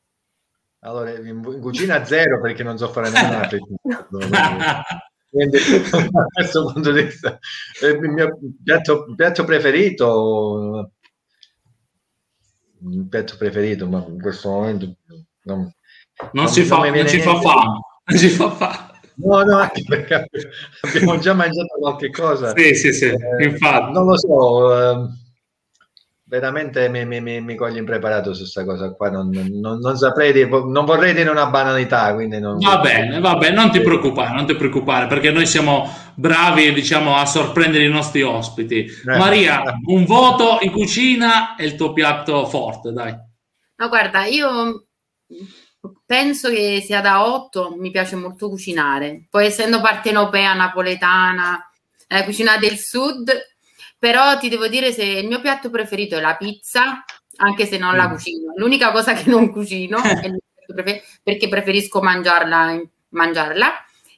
Allora, in, in cucina zero, perché non so fare nemmeno una quindi da questo punto di vista il mio piatto, piatto preferito un piatto preferito, ma in questo momento non, non, non si, fa, non ci fa fame, non ci fa fame. No, no, anche perché abbiamo già mangiato qualche cosa. Sì, sì, sì, eh, infatti. Non lo so, eh, veramente mi, mi, mi, mi coglie impreparato su questa cosa qua, non, non, non saprei dire, non vorrei dire una banalità, quindi non... Va bene, va bene, non ti preoccupare, non ti preoccupare, perché noi siamo bravi, diciamo, a sorprendere i nostri ospiti. Eh, Maria, un voto in cucina è il tuo piatto forte, dai. No, guarda, io penso che sia da otto, mi piace molto cucinare, poi essendo partenopea, napoletana, eh, cucina del sud, però ti devo dire se il mio piatto preferito è la pizza, anche se non mm. la cucino. L'unica cosa che non cucino è il mio piatto prefer- perché preferisco mangiarla, mangiarla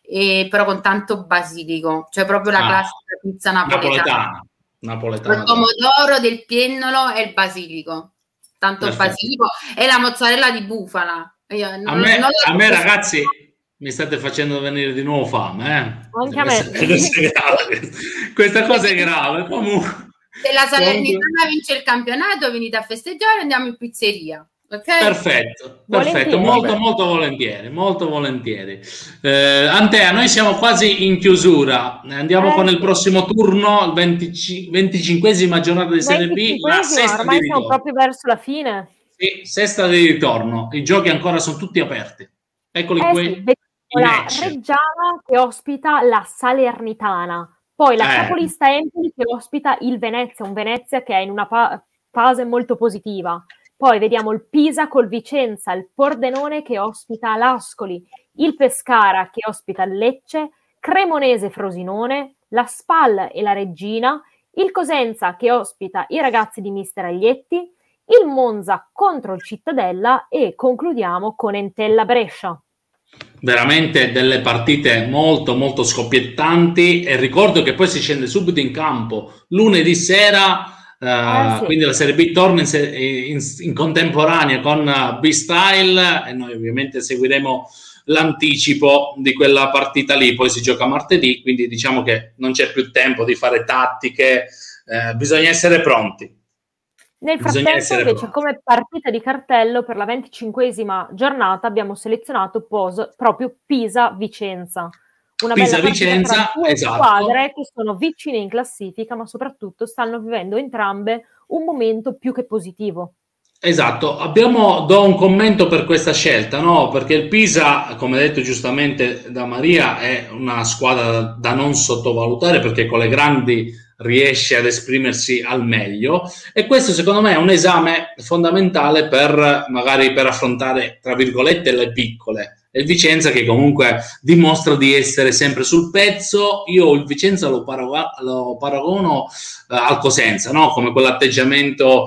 e però con tanto basilico, cioè proprio la Ah, classica pizza napoletana. Napoletana. Il pomodoro, del piennolo e il basilico. Tanto Perfetto. basilico e la mozzarella di bufala. Io non, A me, non a me ragazzi, mi state facendo venire di nuovo fame, eh? Anche a Questa, me. questa è grave. Questa cosa è grave. Comunque, se la Salernitana comunque... vince il campionato, venite a festeggiare e andiamo in pizzeria. Okay? Perfetto, perfetto, Volentieri. molto molto volentieri, molto volentieri. Eh, Antea, noi siamo quasi in chiusura, andiamo Eh, con il sì. prossimo turno, il venticinquesima giornata di Serie B, la venticinquesima, sesta di ormai siamo ritorno. proprio verso la fine. Sì, sesta di ritorno, i giochi ancora sono tutti aperti. Eccoli Eh qui, sì, i vediamo la match. Reggiana che ospita la Salernitana, poi la Eh. capolista Empoli che ospita il Venezia, un Venezia che è in una pa- fase molto positiva. Poi vediamo il Pisa col Vicenza, il Pordenone che ospita l'Ascoli, il Pescara che ospita il Lecce, Cremonese Frosinone, la Spal e la Reggina, il Cosenza che ospita i ragazzi di Mister Aglietti, il Monza contro il Cittadella e concludiamo con Entella Brescia. Veramente delle partite molto molto scoppiettanti e ricordo che poi si scende subito in campo lunedì sera. Uh, Eh, sì. Quindi la Serie B torna in, in, in contemporanea con uh, B-Style e noi ovviamente seguiremo l'anticipo di quella partita lì, poi si gioca martedì, quindi diciamo che non c'è più tempo di fare tattiche, eh, bisogna essere pronti. Nel Bisogna frattempo essere invece pronti. come partita di cartello per la venticinquesima giornata abbiamo selezionato pos- proprio Pisa-Vicenza. Una bella partita Pisa-Vicenza, tra due esatto. squadre che sono vicine in classifica, ma soprattutto stanno vivendo entrambe un momento più che positivo. Esatto, abbiamo do un commento per questa scelta, no? Perché il Pisa, come detto giustamente da Maria, è una squadra da non sottovalutare perché con le grandi riesce ad esprimersi al meglio e questo secondo me è un esame fondamentale per magari per affrontare tra virgolette le piccole. Il Vicenza che comunque dimostra di essere sempre sul pezzo. Io il Vicenza lo, parago- lo paragono uh, al Cosenza, no? Come quell'atteggiamento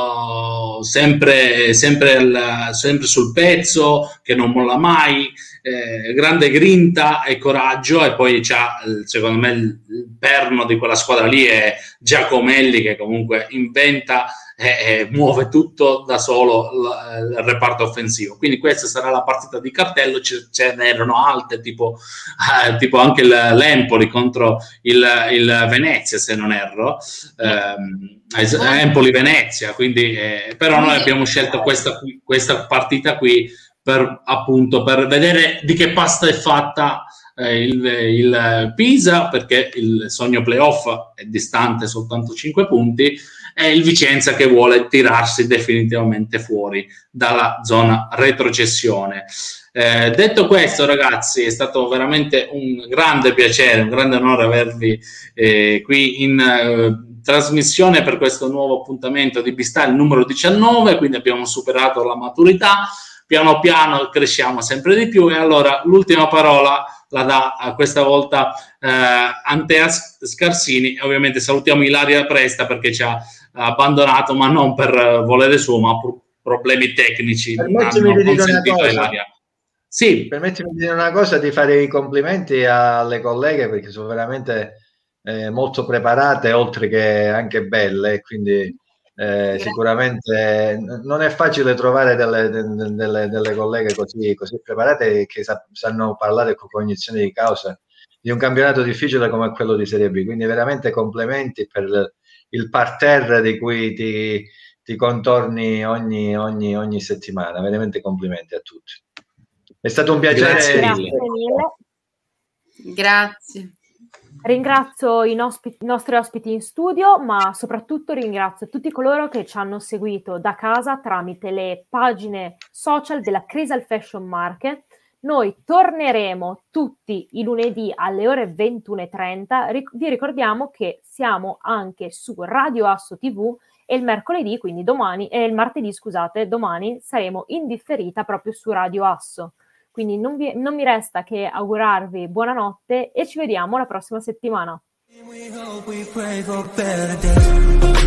uh, sempre, sempre, il, sempre sul pezzo, che non molla mai, eh, grande grinta e coraggio, e poi c'ha, secondo me, il, il perno di quella squadra lì è Giacomelli, che comunque inventa e muove tutto da solo il, il reparto offensivo. Quindi questa sarà la partita di cartello. Ce, ce n'erano altre tipo, eh, tipo anche il, l'Empoli contro il, il Venezia, se non erro, eh, Empoli-Venezia, quindi eh, però noi abbiamo scelto questa, questa partita qui per appunto per vedere di che pasta è fatta eh, il, il Pisa, perché il sogno playoff è distante soltanto cinque punti, è il Vicenza che vuole tirarsi definitivamente fuori dalla zona retrocessione. Eh, detto questo, ragazzi, è stato veramente un grande piacere, un grande onore avervi eh, qui in eh, trasmissione per questo nuovo appuntamento di B-Style numero diciannove, quindi abbiamo superato la maturità, piano piano cresciamo sempre di più e allora l'ultima parola la dà questa volta eh, Antea Scarsini. Ovviamente salutiamo Ilaria Presta perché ci ha abbandonato, ma non per volere suo, ma per problemi tecnici. Permettimi di dire una cosa. Ilaria. Sì. Permettimi di dire una cosa, di fare i complimenti alle colleghe perché sono veramente eh, molto preparate, oltre che anche belle, quindi eh, sicuramente non è facile trovare delle, delle, delle colleghe così, così preparate che sa, sanno parlare con cognizione di causa di un campionato difficile come quello di Serie B, quindi veramente complimenti per il parterre di cui ti, ti contorni ogni, ogni, ogni settimana, veramente complimenti a tutti. È stato un piacere. Grazie, Grazie mille. Grazie. Ringrazio i, nostri, i nostri ospiti in studio, ma soprattutto ringrazio tutti coloro che ci hanno seguito da casa tramite le pagine social della Crisal Fashion Market. Noi torneremo tutti i lunedì alle ore ventuno e trenta. Ric- vi ricordiamo che siamo anche su Radio Asso tivù e il mercoledì, quindi domani, e il martedì, scusate, domani saremo in differita proprio su Radio Asso. Quindi non, vi, non mi resta che augurarvi buonanotte e ci vediamo la prossima settimana.